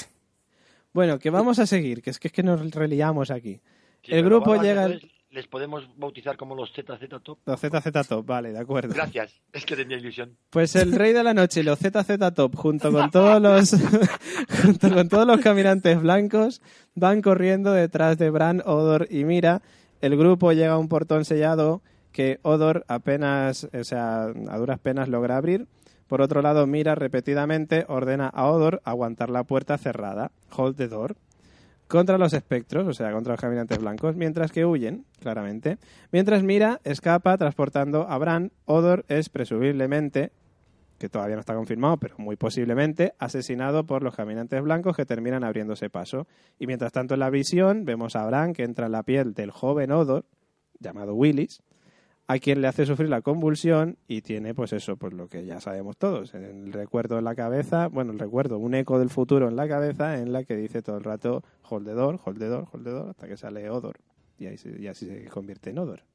Bueno, que vamos a seguir, que es que nos reliamos aquí. Sí, el pero grupo barbas, llega... entonces, les podemos bautizar como los ZZ Top. Los ZZ Top, vale, de acuerdo. Gracias, es que tenía ilusión. Pues el Rey de la Noche y los ZZ Top, junto con todos los junto con todos los caminantes blancos, van corriendo detrás de Bran, Odor y Mira. El grupo llega a un portón sellado que Odor apenas, o sea, a duras penas logra abrir. Por otro lado, Mira repetidamente ordena a Odor aguantar la puerta cerrada, hold the door, contra los espectros, o sea, contra los caminantes blancos, mientras que huyen, claramente. Mientras Mira escapa transportando a Bran, Odor es presumiblemente, que todavía no está confirmado, pero muy posiblemente, asesinado por los caminantes blancos que terminan abriéndose paso. Y mientras tanto en la visión vemos a Bran que entra en la piel del joven Odor, llamado Willis, a quien le hace sufrir la convulsión y tiene, pues eso, pues lo que ya sabemos todos, el recuerdo en la cabeza, bueno, el recuerdo, un eco del futuro en la cabeza en la que dice todo el rato hold the door, hold the door, hold the door, hasta que sale Odor y así se convierte en Odor.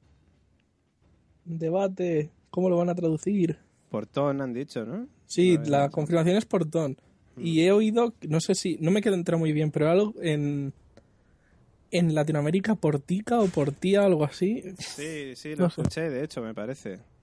Debate, ¿cómo lo van a traducir? Portón han dicho, ¿no? Sí, A ver, la confirmación es portón. Y he oído, no sé si, no me queda entrar muy bien, pero algo en Latinoamérica, portica o portía, algo así. Sí, No sé. escuché, de hecho, me parece.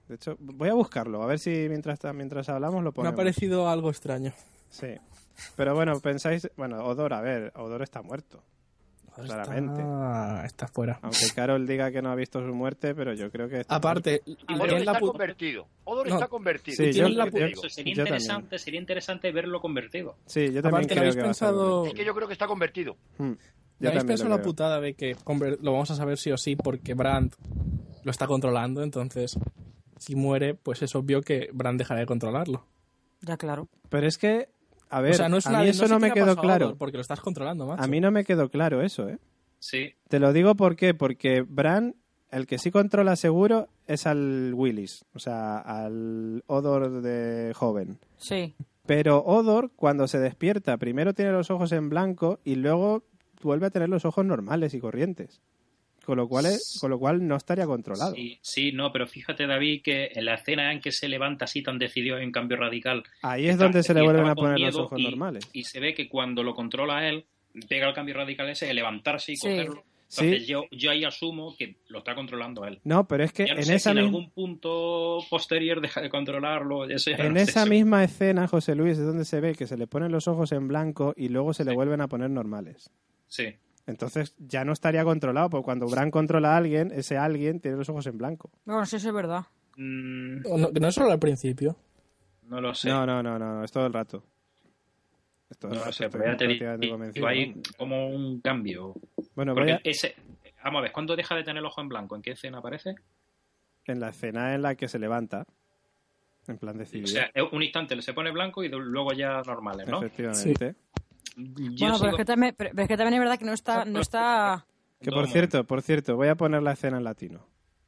De hecho, voy a buscarlo, a ver si mientras hablamos lo Me ha ponemos. parecido algo extraño. Sí. Pero bueno, pensáis... Bueno, Odor, a ver, Odor está muerto. Claramente. Está fuera. Aunque Carol diga que no ha visto su muerte, pero yo creo que... está Aparte, Odor ¿quién la está pu- convertido. Odor No. está convertido. Sí, yo- Por yo- eso sería yo interesante verlo convertido. Sí, yo también aparte, ¿no creo habéis que va a estar pensado, bueno. Es que yo creo que está convertido. Yo ¿no habéis también pensado lo la creo. putada de que lo vamos a saber sí o sí porque Brand lo está controlando? Entonces, si muere, pues es obvio que Brand dejará de controlarlo. Ya, claro. Pero es que, a ver, O sea, no es a una- mí eso sé no qué me le ha quedó pasado a claro. Odor, porque lo estás controlando, macho. A mí no me quedó claro eso, ¿eh? Sí, Te lo digo ¿por qué? Porque Bran, el que sí controla seguro es al Willis, o sea, al Odor de joven. Sí. Pero Odor, cuando se despierta, primero tiene los ojos en blanco y luego vuelve a tener los ojos normales y corrientes. Con lo cual no estaría controlado. sí, no, pero fíjate, David, que en la escena en que se levanta así tan decidido en cambio radical, Ahí es donde se le y vuelven estaba a poner con los miedo ojos normales. y se ve que cuando lo controla él, pega el cambio radical ese de levantarse y Sí. cogerlo. Sí. Entonces yo ahí asumo que lo está controlando él. No, pero es que Ya no en sé si esa en misma... algún punto posterior deja de controlarlo. Eso ya En no sé, esa eso- misma escena, José Luis, es donde se ve que se le ponen los ojos en blanco y luego se le Sí. vuelven a poner normales. Sí. Entonces ya no estaría controlado, porque cuando Bran controla a alguien, ese alguien tiene los ojos en blanco. Bueno, sí, eso es verdad. O no, que no es solo al principio. No lo sé. No, es todo el rato. Es todo el No rato, lo sé, estoy pero ya te prácticamente digo, convencido. hay como un cambio. Bueno, voy Porque a- ese... Vamos a ver, ¿cuándo deja de tener el ojo en blanco? ¿En qué escena aparece? en la escena en la que se levanta, en plan decidido, O sea, un instante se pone blanco y luego ya normales, ¿no? efectivamente. Yo Bueno, sigo- pero es que también es verdad que no está... Que No, por cierto, voy a poner la escena en latino.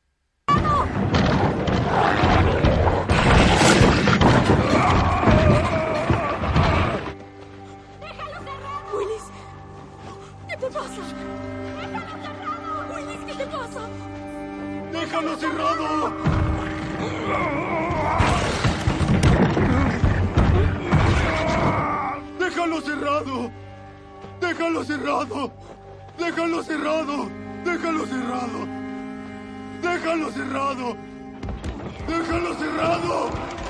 Willis, ¿qué te pasa? Willis, ¿qué te pasa? ¡Déjalo cerrado! ¡Déjalo cerrado! ¡Déjalo cerrado! ¡Déjalo cerrado! ¡Déjalo cerrado! ¡Déjalo cerrado! ¡Déjalo cerrado!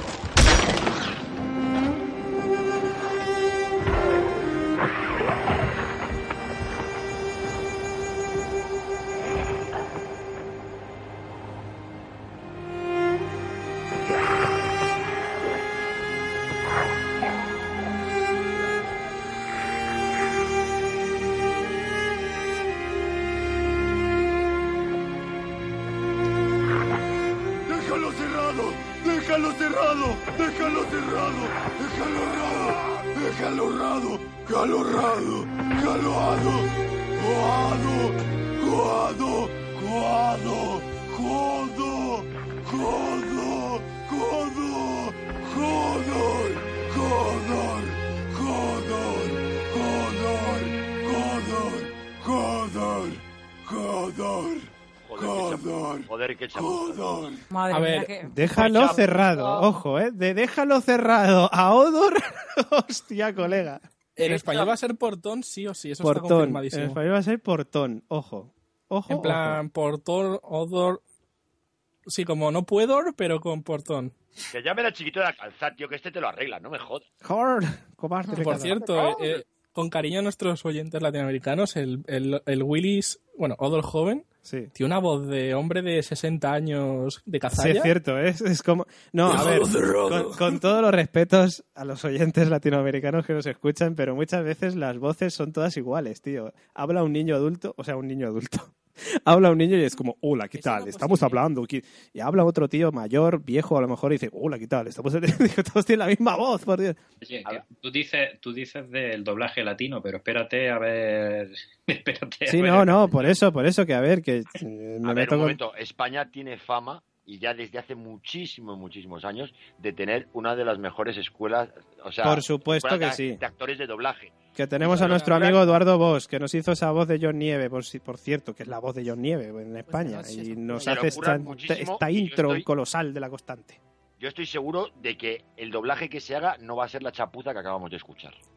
¡Déjalo cerrado! ¡Déjalo cerrado! ¡Déjalo cerrado! ¡Déjalo errado! ¡Déjalo errado! ¡Déjalo errado! ¡Jaloado! ¡Coado! ¡Coado! ¡Coado! ¡Codo! ¡Codo! ¡Codo! ¡Jodor! ¡Jodor! ¡Jodor! ¡Jodor! ¡Jodor! ¡Jodor! ¡Jodor! Joder, qué chapuza. ¡Jodor! Madre A mía, ver, que... Déjalo Pues ya, cerrado, ojo, de déjalo cerrado a Odor. Hostia, colega. En español va a ser portón, sí o sí, eso está Portón. En confirmadísimo. español va a ser portón, ojo. Ojo, En plan, portón, odor... Sí, como no puedo, pero con portón. Que llame la chiquito de la calzada, tío, que este te lo arregla, no me jodas. ojo. Horde, cobarde. Por cierto, con cariño a nuestros oyentes latinoamericanos, el Willis, bueno, Odor joven, Sí. tiene una voz de hombre de 60 años de Sí, cazalla. es cierto, es como... No, a ver, con todos los respetos a los oyentes latinoamericanos que nos escuchan, pero muchas veces las voces son todas iguales, tío. Habla un niño adulto, o sea, un niño adulto. Habla un niño y es como, hola, ¿qué Eso tal? no Estamos posible. hablando. Y habla otro tío mayor, viejo, a lo mejor, y dice, hola, ¿qué tal? Estamos... Digo, todos tienen la misma voz, por Dios. Oye, que tú dices del doblaje latino, pero espérate a ver. Espérate. a Sí, ver. no, por eso, que a ver, que me A ver, meto un con... momento. España tiene fama, y ya desde hace muchísimos años, de tener una de las mejores escuelas, o sea... Por supuesto escuelas que de- sí. De actores de doblaje. Que tenemos a nuestro amigo Eduardo Bosch, que nos hizo esa voz de John Nieve, por cierto, que es la voz de John Nieve en España, noches. y nos Se lo hace curran muchísimo, esta y yo intro estoy- colosal de La Constante. Yo estoy seguro de que el doblaje que se haga no va a ser la chapuza que acabamos de escuchar.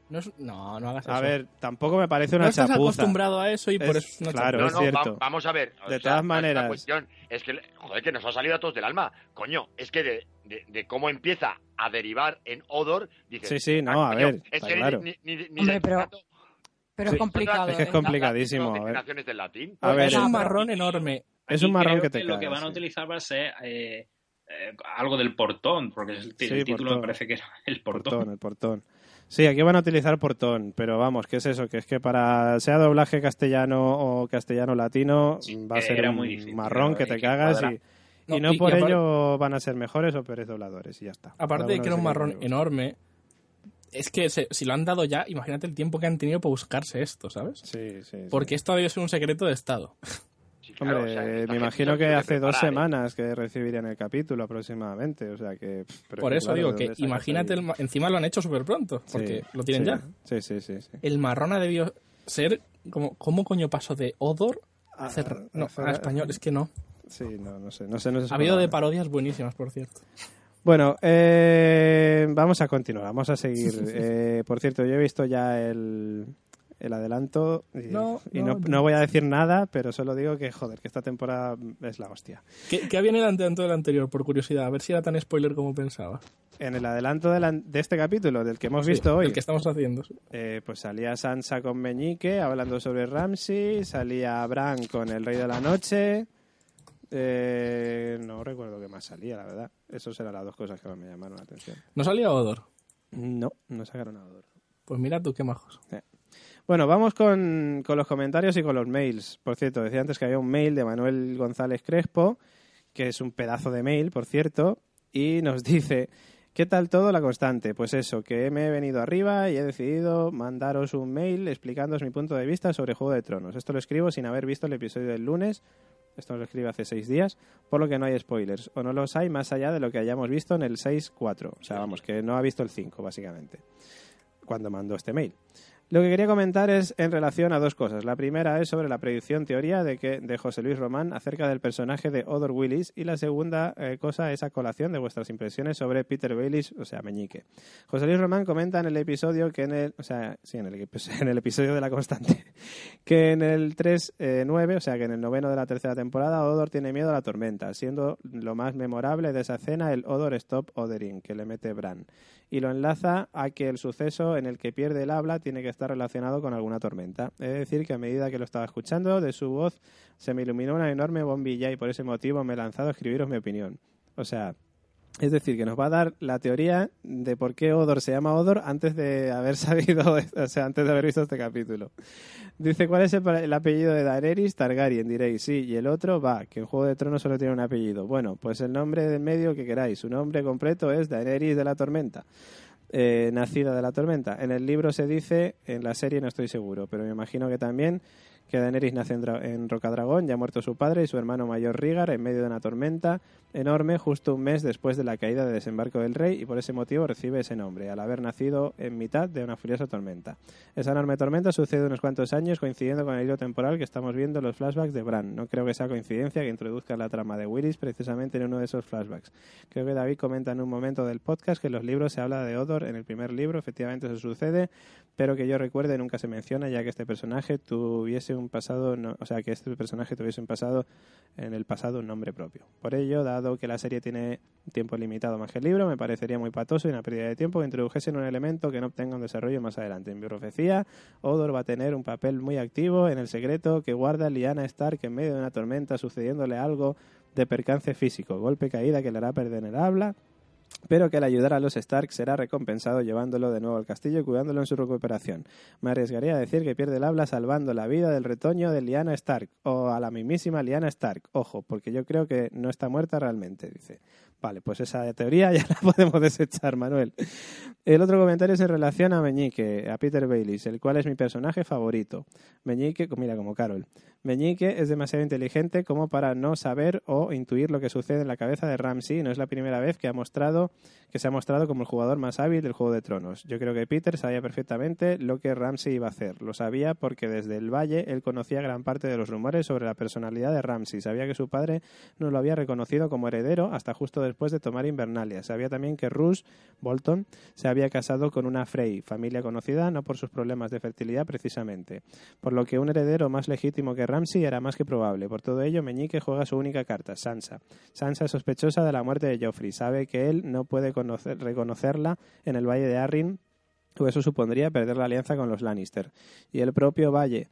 No hagas eso. A ver, tampoco me parece una no estás chapuza. acostumbrado a eso y por eso es una Claro, chapuza. es cierto. Vamos a ver. De todas maneras. La cuestión es que, joder, que nos ha salido a todos del alma. Coño, es que de cómo empieza a derivar en Odor, dices... Sí, no, a ver, es está que claro. ni Hombre, pero Sí, es complicado. es que es complicadísimo. A ver. Definiciones del latín. A ver, es un marrón enorme. Es un marrón que te Lo que cagas, van a sí. utilizar va a ser algo del portón, porque el título portón. me parece que era el portón. El portón. Sí, aquí van a utilizar portón, pero vamos, ¿qué es eso? Que es que para sea doblaje castellano o castellano latino va a ser era un muy difícil, marrón que pero te cagas cuadra. y no y por aparte- ello van a ser mejores o peores dobladores y ya está. Aparte Cada de uno que era un se marrón queda con enorme, es que si lo han dado ya, imagínate el tiempo que han tenido para buscarse esto, ¿sabes? Sí. Porque esto ha debido ser un secreto de Estado. Sí, claro, Hombre, o sea, esta me gente imagino se que suele hace 2 preparar, semanas que recibirían el capítulo aproximadamente, o sea que... pero Por que, eso claro, digo ¿de que dónde sacas imagínate, ahí? encima lo han hecho súper pronto, porque lo tienen ya. Sí. El marrón ha debido ser como, ¿cómo coño pasó de Odor a hacer... No, a español, es que no. Sí, no sé. Ha habido de parodias buenísimas, por cierto. Bueno, vamos a continuar, vamos a seguir. Por cierto, yo he visto ya el adelanto y No. no voy a decir nada, pero solo digo que, joder, que esta temporada es la hostia. ¿Qué había en el adelanto del anterior, por curiosidad? A ver si era tan spoiler como pensaba. En el adelanto de este capítulo, del que hemos Sí, visto hoy, el que estamos haciendo. Sí. pues salía Sansa con Meñique hablando sobre Ramsay, salía Bran con el Rey de la Noche... no recuerdo qué más salía, la verdad. Esas eran las 2 cosas que más me llamaron la atención. ¿No salía Odor? No sacaron a Odor. Pues mira tú, qué majos. Bueno, vamos con los comentarios y con los mails. Por cierto, decía antes que había un mail de Manuel González Crespo, que es un pedazo de mail, por cierto, y nos dice: ¿qué tal todo, La Constante? Pues eso, que me he venido arriba y he decidido mandaros un mail explicándoos mi punto de vista sobre Juego de Tronos. Esto lo escribo sin haber visto el episodio del lunes. Esto lo escribe hace 6 días, por lo que no hay spoilers. O no los hay más allá de lo que hayamos visto en el 6.4. O sea, vamos, que no ha visto el 5, básicamente, cuando mandó este mail. Lo que quería comentar es en relación a 2 cosas. La primera es sobre la predicción teoría de José Luis Román acerca del personaje de Odor Willis, y la segunda cosa es a colación de vuestras impresiones sobre Peter Baelish, o sea, Meñique. José Luis Román comenta en el episodio que en el episodio de La Constante, que en el 3.9, o sea, que en el 9º de la 3ª temporada, Odor tiene miedo a la tormenta, siendo lo más memorable de esa escena el Odor Stop Othering que le mete Bran, y lo enlaza a que el suceso en el que pierde el habla tiene que estar relacionado con alguna tormenta. Es decir, que a medida que lo estaba escuchando, de su voz se me iluminó una enorme bombilla y por ese motivo me he lanzado a escribiros mi opinión. O sea, es decir, que nos va a dar la teoría de por qué Odor se llama Odor antes de haber sabido, o sea, antes de haber visto este capítulo. Dice: ¿cuál es el apellido de Daenerys? Targaryen, diréis. Sí, y el otro, que en Juego de Tronos solo tiene un apellido. Bueno, pues el nombre del medio que queráis. Su nombre completo es Daenerys de la Tormenta. Nacida de la Tormenta. En el libro se dice, en la serie no estoy seguro, pero me imagino que también, que Daenerys nace en Rocadragón, ya muerto su padre y su hermano mayor Rhaegar, en medio de una tormenta enorme, justo un mes después de la caída del desembarco del rey, y por ese motivo recibe ese nombre, al haber nacido en mitad de una furiosa tormenta. Esa enorme tormenta sucede unos cuantos años, coincidiendo con el hilo temporal que estamos viendo en los flashbacks de Bran. No creo que sea coincidencia que introduzca la trama de Willis precisamente en uno de esos flashbacks. Creo que David comenta en un momento del podcast que en los libros se habla de Odor en el primer libro, efectivamente eso sucede, pero que yo recuerde nunca se menciona, ya que este personaje tuviese un pasado, en el pasado un nombre propio. Por ello, dado que la serie tiene tiempo limitado más que el libro, me parecería muy patoso y una pérdida de tiempo que introdujesen un elemento que no obtenga un desarrollo más adelante. En mi profecía, Odor va a tener un papel muy activo en el secreto que guarda Lyanna Stark en medio de una tormenta, sucediéndole algo de percance físico, golpe, caída que le hará perder el habla, pero que al ayudar a los Stark será recompensado llevándolo de nuevo al castillo y cuidándolo en su recuperación. Me arriesgaría a decir que pierde el habla salvando la vida del retoño de Lyanna Stark, o a la mismísima Lyanna Stark. Ojo, porque yo creo que no está muerta realmente, dice. Vale, pues esa teoría ya la podemos desechar, Manuel. El otro comentario es en relación a Meñique, a Peter Baelish, el cual es mi personaje favorito. Meñique, mira, como Carol. Meñique es demasiado inteligente como para no saber o intuir lo que sucede en la cabeza de Ramsay. No es la primera vez que se ha mostrado como el jugador más hábil del Juego de Tronos. Yo creo que Peter sabía perfectamente lo que Ramsay iba a hacer. Lo sabía porque desde el Valle él conocía gran parte de los rumores sobre la personalidad de Ramsay. Sabía que su padre no lo había reconocido como heredero hasta justo después de tomar Invernalia. Sabía también que Roose Bolton se había casado con una Frey, familia conocida no por sus problemas de fertilidad precisamente, por lo que un heredero más legítimo que Ramsay era más que probable. Por todo ello, Meñique juega su única carta, Sansa. Sansa es sospechosa de la muerte de Joffrey, sabe que él no puede reconocerla en el Valle de Arryn, o eso supondría perder la alianza con los Lannister. Y el propio Valle.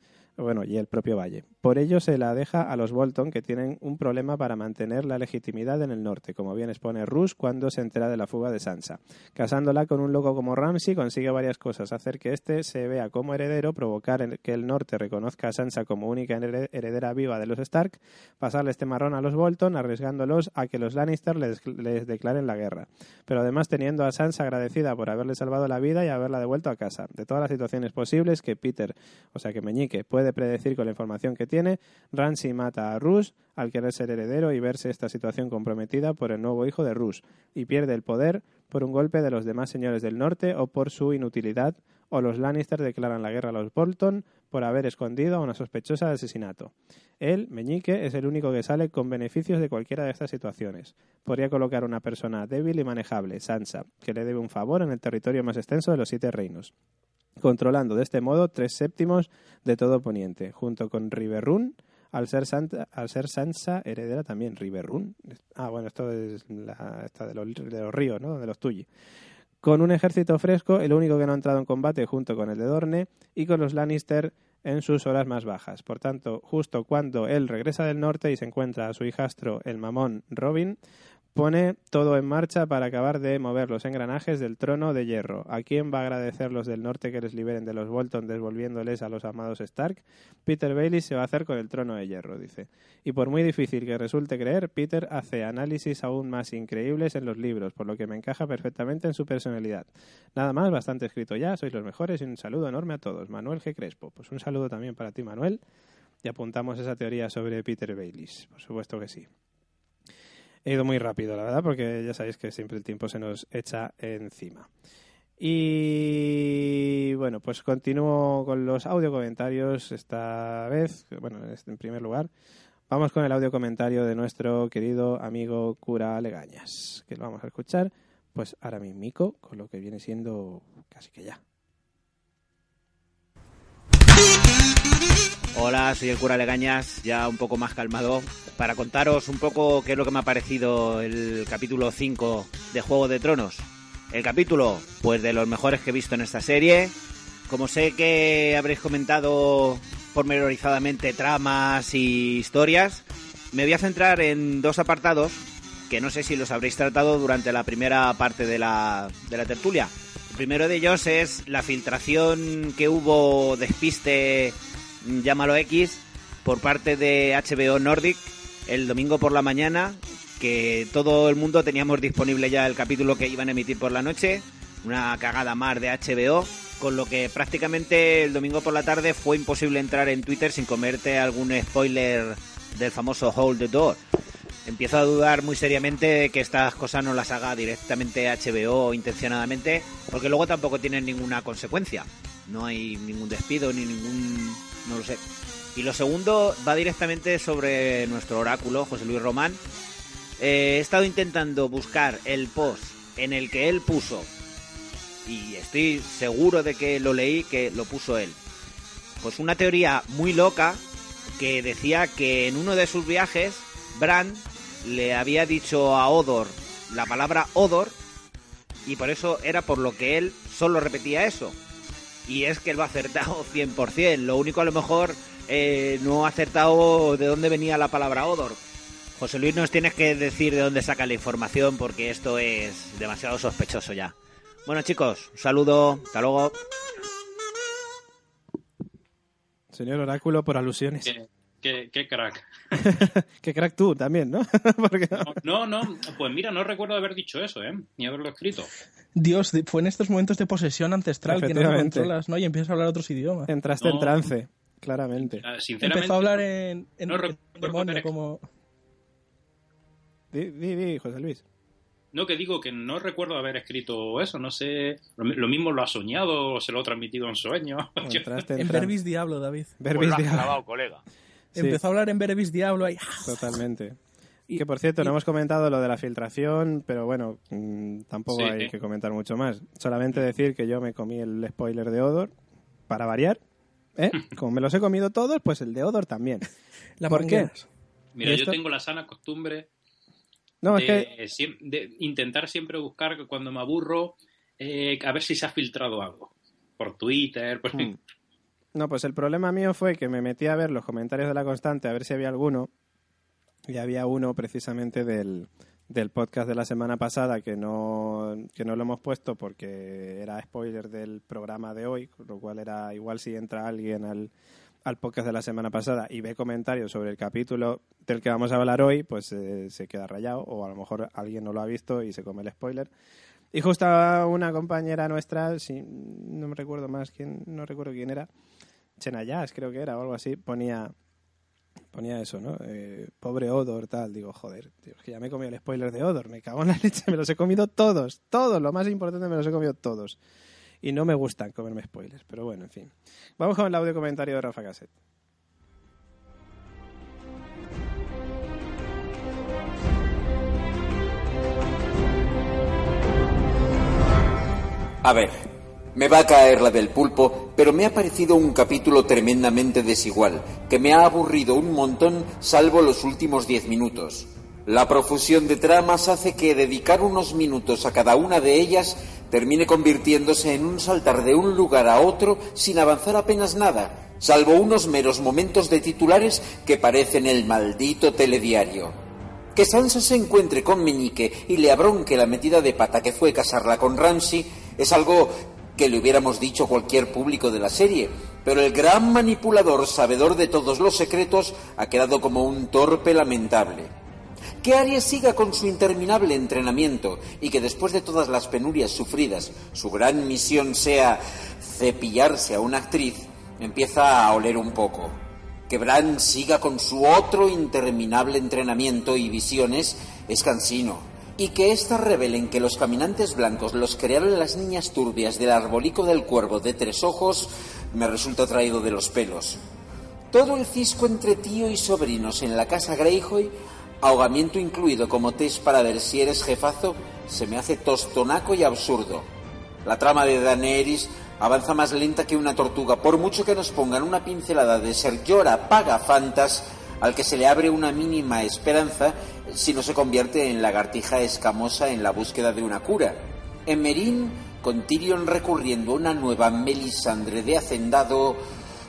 Por ello se la deja a los Bolton, que tienen un problema para mantener la legitimidad en el norte, como bien expone Roose cuando se entera de la fuga de Sansa. Casándola con un loco como Ramsay consigue varias cosas: hacer que éste se vea como heredero, provocar que el norte reconozca a Sansa como única heredera viva de los Stark, pasarle este marrón a los Bolton, arriesgándolos a que los Lannister les declaren la guerra. Pero además teniendo a Sansa agradecida por haberle salvado la vida y haberla devuelto a casa. De todas las situaciones posibles que Meñique puede predecir con la información que tiene, Ramsay mata a Roose al querer ser heredero y verse esta situación comprometida por el nuevo hijo de Roose, y pierde el poder por un golpe de los demás señores del norte o por su inutilidad, o los Lannister declaran la guerra a los Bolton por haber escondido a una sospechosa de asesinato. Él, Meñique, es el único que sale con beneficios de cualquiera de estas situaciones. Podría colocar una persona débil y manejable, Sansa, que le debe un favor en el territorio más extenso de los 7 reinos, controlando de este modo 3/7 de todo Poniente, junto con Riverrun, al ser Sansa heredera también. Riverrun. Esto es esta de los ríos, ¿no? De los Tully. Con un ejército fresco, el único que no ha entrado en combate junto con el de Dorne, y con los Lannister en sus horas más bajas. Por tanto, justo cuando él regresa del norte y se encuentra a su hijastro, el mamón Robin, pone todo en marcha para acabar de mover los engranajes del trono de hierro. ¿A quién va a agradecer los del norte que les liberen de los Bolton devolviéndoles a los amados Stark? Peter Baelish se va a hacer con el trono de hierro, dice. Y por muy difícil que resulte creer, Peter hace análisis aún más increíbles en los libros, por lo que me encaja perfectamente en su personalidad. Nada más, bastante escrito ya, sois los mejores y un saludo enorme a todos. Manuel G. Crespo. Pues un saludo también para ti, Manuel. Y apuntamos esa teoría sobre Peter Baelish. Por supuesto que sí. He ido muy rápido, la verdad, porque ya sabéis que siempre el tiempo se nos echa encima. Y bueno, pues continúo con los audio comentarios esta vez. Bueno, en primer lugar, vamos con el audio comentario de nuestro querido amigo Cura Legañas, que lo vamos a escuchar pues ahora mismico, con lo que viene siendo casi que ya. Hola, soy el Cura Legañas, ya un poco más calmado, para contaros un poco qué es lo que me ha parecido el capítulo 5 de Juego de Tronos. El capítulo, pues de los mejores que he visto en esta serie. Como sé que habréis comentado pormenorizadamente tramas y historias, me voy a centrar en 2 apartados que no sé si los habréis tratado durante la primera parte de la tertulia. El primero de ellos es la filtración que hubo, despiste, llámalo X, por parte de HBO Nordic el domingo por la mañana, que todo el mundo teníamos disponible ya el capítulo que iban a emitir por la noche, una cagada más de HBO, con lo que prácticamente el domingo por la tarde fue imposible entrar en Twitter sin comerte algún spoiler del famoso Hold the Door. Empiezo a dudar muy seriamente de que estas cosas no las haga directamente HBO intencionadamente, porque luego tampoco tienen ninguna consecuencia. No hay ningún despido ni ningún... no lo sé. Y lo segundo va directamente sobre nuestro oráculo, José Luis Román. He estado intentando buscar el post en el que él puso, y estoy seguro de que lo leí, que lo puso él, pues una teoría muy loca que decía que en uno de sus viajes Bran le había dicho a Hodor la palabra Hodor, y por eso era por lo que él solo repetía eso. Y es que lo ha acertado 100%. Lo único, a lo mejor, no ha acertado de dónde venía la palabra Hodor. José Luis, nos tienes que decir de dónde saca la información, porque esto es demasiado sospechoso ya. Bueno, chicos, un saludo. Hasta luego. Señor Oráculo, por alusiones. Qué crack. Qué crack tú también, ¿no? Porque... No, pues mira, no recuerdo haber dicho eso, ni haberlo escrito. Dios, fue en estos momentos de posesión ancestral que no lo controlas, ¿no? Y empiezas a hablar otros idiomas. Entraste en trance, claramente. Sinceramente, empezó a hablar en demonio, como... Di, José Luis. No, que digo que no recuerdo haber escrito eso, no sé, lo mismo lo ha soñado o se lo ha transmitido en sueños. En Verbis Diablo, David. Verbis pues Diablo. Clavado, colega. Sí. Empezó a hablar en Verbis Diablo ahí. Totalmente. Y, Que por cierto, no hemos comentado lo de la filtración, pero bueno, tampoco Sí. hay que comentar mucho más. Solamente decir que yo me comí el spoiler de Odor, para variar. Como me los he comido todos, pues el de Odor también. la ¿Por qué? mangueras. Mira, ¿Y esto? yo tengo la sana costumbre No, es que de intentar siempre buscar que cuando me aburro, a ver si se ha filtrado algo. Por Twitter, por... No, pues el problema mío fue que me metí a ver los comentarios de La Constante a ver si había alguno, y había uno precisamente del podcast de la semana pasada que no lo hemos puesto porque era spoiler del programa de hoy, con lo cual era igual si entra alguien al podcast de la semana pasada y ve comentarios sobre el capítulo del que vamos a hablar hoy, pues se queda rayado, o a lo mejor alguien no lo ha visto y se come el spoiler. Y justo una compañera nuestra, no me recuerdo más quién, no recuerdo quién era, Chenayas creo que era o algo así, ponía eso, ¿no? Pobre Odor, tal. Digo, joder, tío, es que ya me he comido el spoiler de Odor, me cago en la leche, me los he comido todos, lo más importante me los he comido todos. Y no me gustan comerme spoilers, pero bueno, en fin. Vamos con el audio comentario de Rafa Cassette. A ver, me va a caer la del pulpo, pero me ha parecido un capítulo tremendamente desigual, que me ha aburrido un montón salvo los últimos 10 minutos. La profusión de tramas hace que dedicar unos minutos a cada una de ellas termine convirtiéndose en un saltar de un lugar a otro sin avanzar apenas nada, salvo unos meros momentos de titulares que parecen el maldito telediario. Que Sansa se encuentre con Meñique y le abronque la metida de pata que fue casarla con Ramsay es algo que le hubiéramos dicho a cualquier público de la serie, pero el gran manipulador, sabedor de todos los secretos, ha quedado como un torpe lamentable. Que Arya siga con su interminable entrenamiento y que después de todas las penurias sufridas, su gran misión sea cepillarse a una actriz, empieza a oler un poco. Que Bran siga con su otro interminable entrenamiento y visiones es cansino. Y que éstas revelen que los caminantes blancos los crearon las niñas turbias del arbolico del cuervo de 3 ojos me resulta traído de los pelos. Todo el cisco entre tío y sobrinos en la casa Greyjoy, ahogamiento incluido como test para ver si eres jefazo, se me hace tostonaco y absurdo. La trama de Daenerys avanza más lenta que una tortuga, por mucho que nos pongan una pincelada de Ser Jorah Pagafantas, al que se le abre una mínima esperanza si no se convierte en lagartija escamosa en la búsqueda de una cura. En Meereen, con Tyrion recurriendo a una nueva Melisandre de hacendado,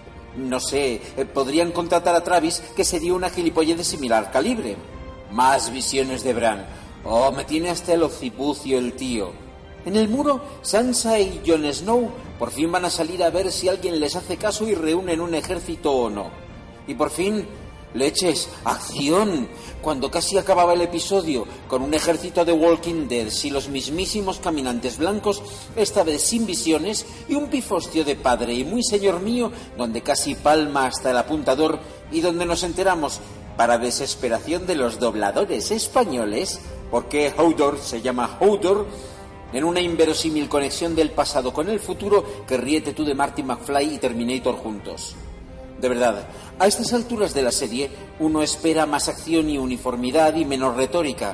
no sé, podrían contratar a Travis, que sería una gilipollez de similar calibre. Más visiones de Bran. Oh, me tiene hasta el occipucio el tío. En el muro, Sansa y Jon Snow por fin van a salir a ver si alguien les hace caso y reúnen un ejército o no. Y por fin, leches, acción. Cuando casi acababa el episodio, con un ejército de Walking Dead y los mismísimos caminantes blancos, esta vez sin visiones, y un pifostio de padre y muy señor mío, donde casi palma hasta el apuntador, y donde nos enteramos, para desesperación de los dobladores españoles, por qué Hodor se llama Hodor, en una inverosímil conexión del pasado con el futuro que ríete tú de Marty McFly y Terminator juntos. De verdad, a estas alturas de la serie uno espera más acción y uniformidad y menos retórica.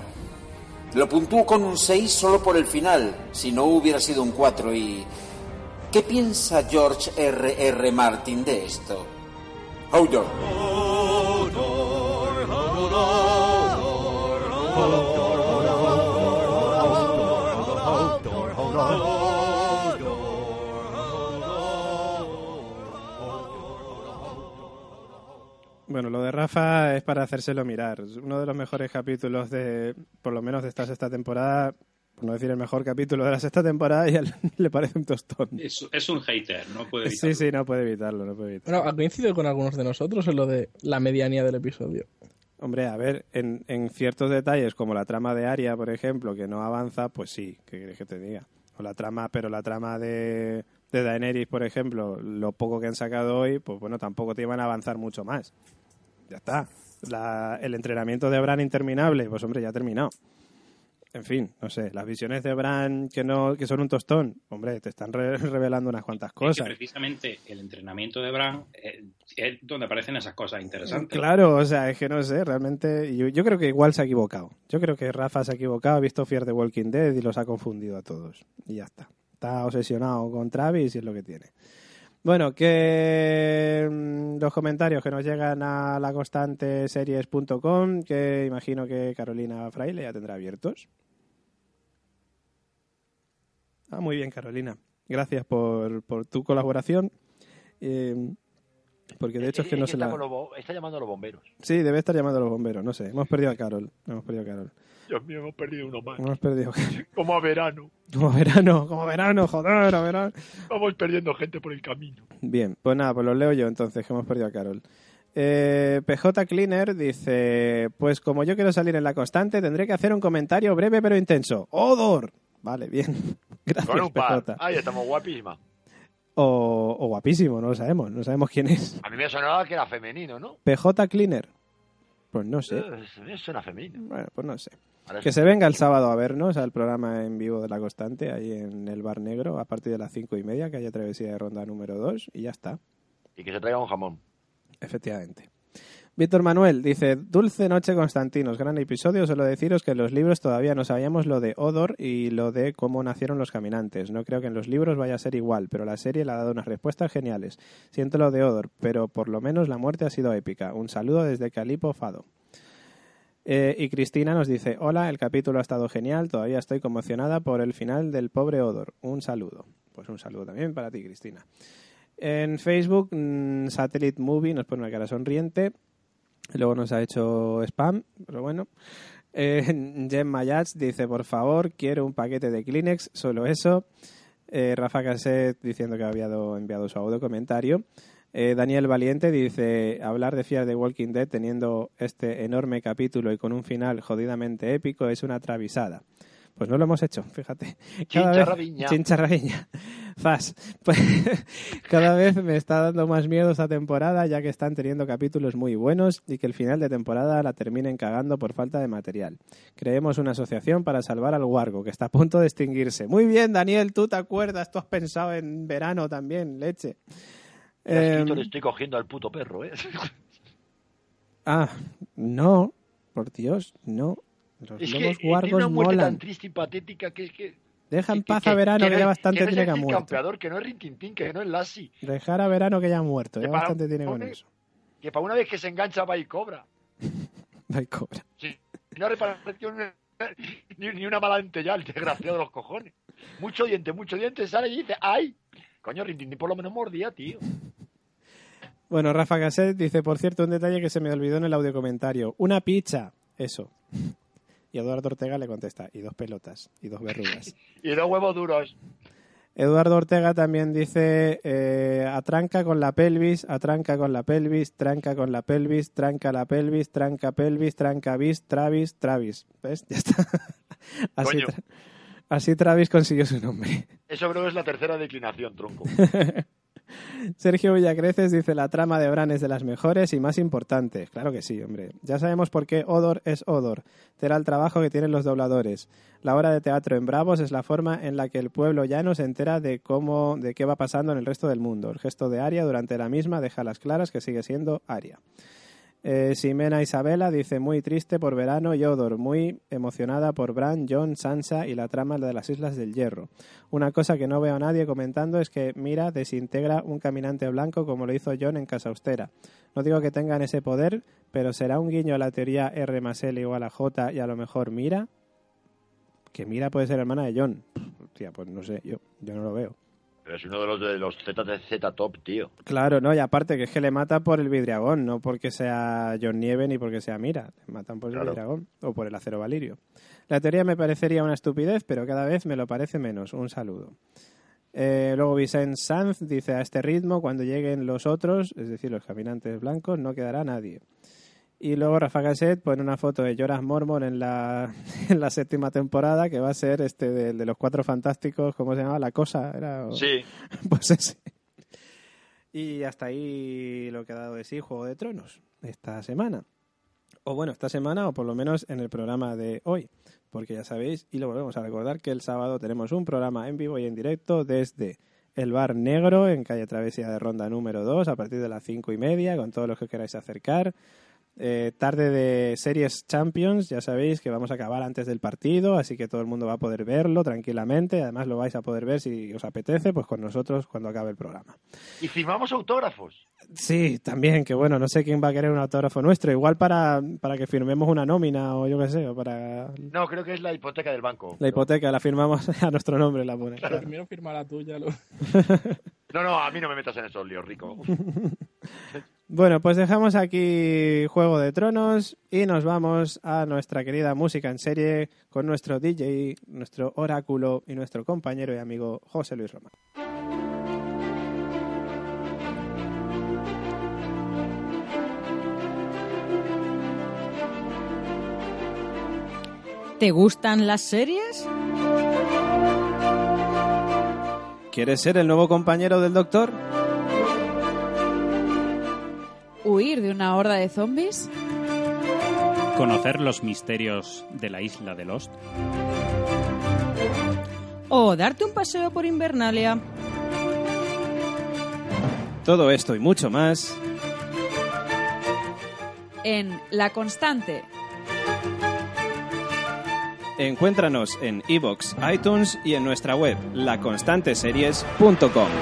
Lo puntúo con un 6 solo por el final, si no hubiera sido un 4 y... ¿Qué piensa George R.R. Martin de esto? Hodor. Bueno, lo de Rafa es para hacérselo mirar. Uno de los mejores capítulos por lo menos de esta sexta temporada, por no decir el mejor capítulo de la sexta temporada, y a él le parece un tostón. Es un hater, no puede evitarlo. Sí, no puede evitarlo, Bueno, ¿ha coincidido con algunos de nosotros en lo de la medianía del episodio? Hombre, a ver, en ciertos detalles, como la trama de Arya, por ejemplo, que no avanza, pues sí, ¿qué quieres que te diga? Pero la trama de Daenerys, por ejemplo, lo poco que han sacado hoy, pues bueno, tampoco te iban a avanzar mucho más. Ya está. El entrenamiento de Bran interminable, pues hombre, ya ha terminado. En fin, no sé, las visiones de Bran que son un tostón, hombre, te están revelando unas cuantas Es cosas. que precisamente el entrenamiento de Bran es donde aparecen esas cosas interesantes. Claro, o sea, es que no sé, realmente yo creo que igual se ha equivocado. Yo creo que Rafa se ha equivocado, ha visto Fear the Walking Dead y los ha confundido a todos. Y ya está. Está obsesionado con Travis y es lo que tiene. Bueno, que los comentarios que nos llegan a laconstanteseries.com, que imagino que Carolina Fraile ya tendrá abiertos. Muy bien, Carolina. Gracias por tu colaboración. Porque de hecho es que no se la... Está llamando a los bomberos. Sí, debe estar llamando a los bomberos. No sé, hemos perdido a Carol. Dios mío, hemos perdido uno más. Hemos perdido. Como a verano. Como verano, joder, a verano. Vamos perdiendo gente por el camino. Bien, pues nada, pues lo leo yo entonces, que hemos perdido a Carol. PJ Cleaner dice: pues como yo quiero salir en La Constante, tendré que hacer un comentario breve pero intenso. ¡Odor! Vale, bien. Gracias, Con un par. PJ. Ahí estamos, guapísima. O guapísimo, no lo sabemos. No sabemos quién es. A mí me sonaba que era femenino, ¿no? PJ Cleaner. Pues no sé. Me suena femenino. Bueno, pues no sé. Ahora Que sí. se venga el sábado a vernos al programa en vivo de La Constante, ahí en el Bar Negro, a partir de las 5:30, que haya travesía de ronda número 2, y ya está. Y que se traiga un jamón. Efectivamente. Víctor Manuel dice: Dulce noche, Constantinos, gran episodio. Solo deciros que en los libros todavía no sabíamos lo de Odor y lo de cómo nacieron los caminantes. No creo que en los libros vaya a ser igual, pero la serie le ha dado unas respuestas geniales. Siento lo de Odor, pero por lo menos la muerte ha sido épica. Un saludo desde Calipo Fado. Y Cristina nos dice: hola, el capítulo ha estado genial, todavía estoy conmocionada por el final del pobre Odor. Un saludo. Pues un saludo también para ti, Cristina. En Facebook, Satellite Movie nos pone una cara sonriente. Luego nos ha hecho spam, pero bueno. Jem Mayats dice: por favor, quiero un paquete de Kleenex, solo eso. Rafa Caset diciendo que había enviado su audio comentario. Daniel Valiente dice: hablar de Fear the Walking Dead teniendo este enorme capítulo y con un final jodidamente épico es una travisada. Pues no lo hemos hecho, fíjate. Chincharraviña. Zas. Pues cada vez me está dando más miedo esta temporada, ya que están teniendo capítulos muy buenos y que el final de temporada la terminen cagando por falta de material. Creemos una asociación para salvar al Wargo, que está a punto de extinguirse. Muy bien, Daniel, tú te acuerdas, tú has pensado en verano también, leche. Le estoy cogiendo al puto perro, ¿eh? No, por Dios, no. Los es lobos que guargos tiene una muerte molan. tan triste y patética que es que... Deja en paz a Verano, que ya bastante tiene que ha muerto. Campeador, que no es Rintintín, que no es Lassie. Dejar a Verano que ya ha muerto, ya Que bastante tiene con eso. Que para una vez que se engancha va y cobra. Va y cobra. Sí, no reparación ni una mala dente ya, el desgraciado de los cojones. Mucho diente, sale y dice: ¡ay! Coño, Rintintín por lo menos mordía, tío. Bueno, Rafa Gasset dice: por cierto, un detalle que se me olvidó en el audio comentario. Una pizza. Eso. Y Eduardo Ortega le contesta: y 2 pelotas, y 2 verrugas. Y 2 huevos duros. Eduardo Ortega también dice: atranca con la pelvis, atranca con la pelvis, tranca con la pelvis, tranca la pelvis, tranca pelvis, tranca bis, Travis. ¿Ves? Ya está. Así Travis consiguió su nombre. Eso creo que es la tercera declinación, tronco. Sergio Villacreces dice: la trama de Bran es de las mejores y más importantes. Claro que sí, hombre. Ya sabemos por qué Odor es Odor. Será el trabajo que tienen los dobladores. La obra de teatro en Bravos es la forma en la que el pueblo llano se entera de qué va pasando en el resto del mundo. El gesto de Arya durante la misma deja a las claras que sigue siendo Arya. Ximena Isabela dice: muy triste por Verano y Odor, muy emocionada por Bran, Jon, Sansa y la trama de las Islas del Hierro. Una cosa que no veo a nadie comentando es que Mira desintegra un caminante blanco como lo hizo Jon en Casa Austera. No digo que tengan ese poder, pero ¿será un guiño a la teoría R más L igual a J y a lo mejor Mira? Que Mira puede ser hermana de Jon. Hostia, pues no sé, yo no lo veo. Pero es uno de los Z top, tío. Claro, no, y aparte que es que le mata por el vidriagón, no porque sea Jon Nieve ni porque sea Mira. Le matan por el vidriagón o por el acero valirio. La teoría me parecería una estupidez, pero cada vez me lo parece menos. Un saludo. Luego Vicente Sanz dice: a este ritmo, cuando lleguen los otros, es decir, los caminantes blancos, no quedará nadie. Y luego Rafa Gasset pone una foto de Jorah Mormont en la 7ª temporada, que va a ser de los 4 fantásticos, ¿cómo se llamaba? La cosa, ¿era? Sí. Pues ese. Y hasta ahí lo que ha dado de sí Juego de Tronos esta semana. O bueno, esta semana, o por lo menos en el programa de hoy. Porque ya sabéis, y lo volvemos a recordar, que el sábado tenemos un programa en vivo y en directo desde el Bar Negro, en calle Travesía de Ronda número 2, a partir de las 5:30, con todos los que queráis acercar. Tarde de Series Champions, ya sabéis que vamos a acabar antes del partido, así que todo el mundo va a poder verlo tranquilamente. Además lo vais a poder ver si os apetece, pues con nosotros cuando acabe el programa. Y firmamos autógrafos. Sí, también, que bueno, no sé quién va a querer un autógrafo nuestro, igual para que firmemos una nómina o yo qué sé, o para... No, creo que es la hipoteca del banco. La hipoteca, la firmamos a nuestro nombre, la pone. Claro. Primero firma la tuya. No, a mí no me metas en esos líos, Rico. Bueno, pues dejamos aquí Juego de Tronos y nos vamos a nuestra querida música en serie con nuestro DJ, nuestro oráculo y nuestro compañero y amigo José Luis Román. ¿Te gustan las series? ¿Quieres ser el nuevo compañero del doctor? ¿Huir de una horda de zombies? ¿Conocer los misterios de la isla de Lost? ¿O darte un paseo por Invernalia? Todo esto y mucho más En La Constante. Encuéntranos en iVoox, iTunes y en nuestra web, laconstanteseries.com.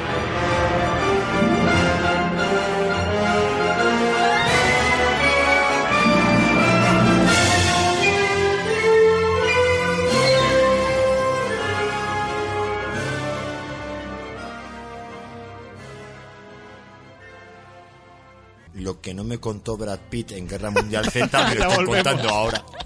Lo que no me contó Brad Pitt en Guerra Mundial Z me lo están contando ahora.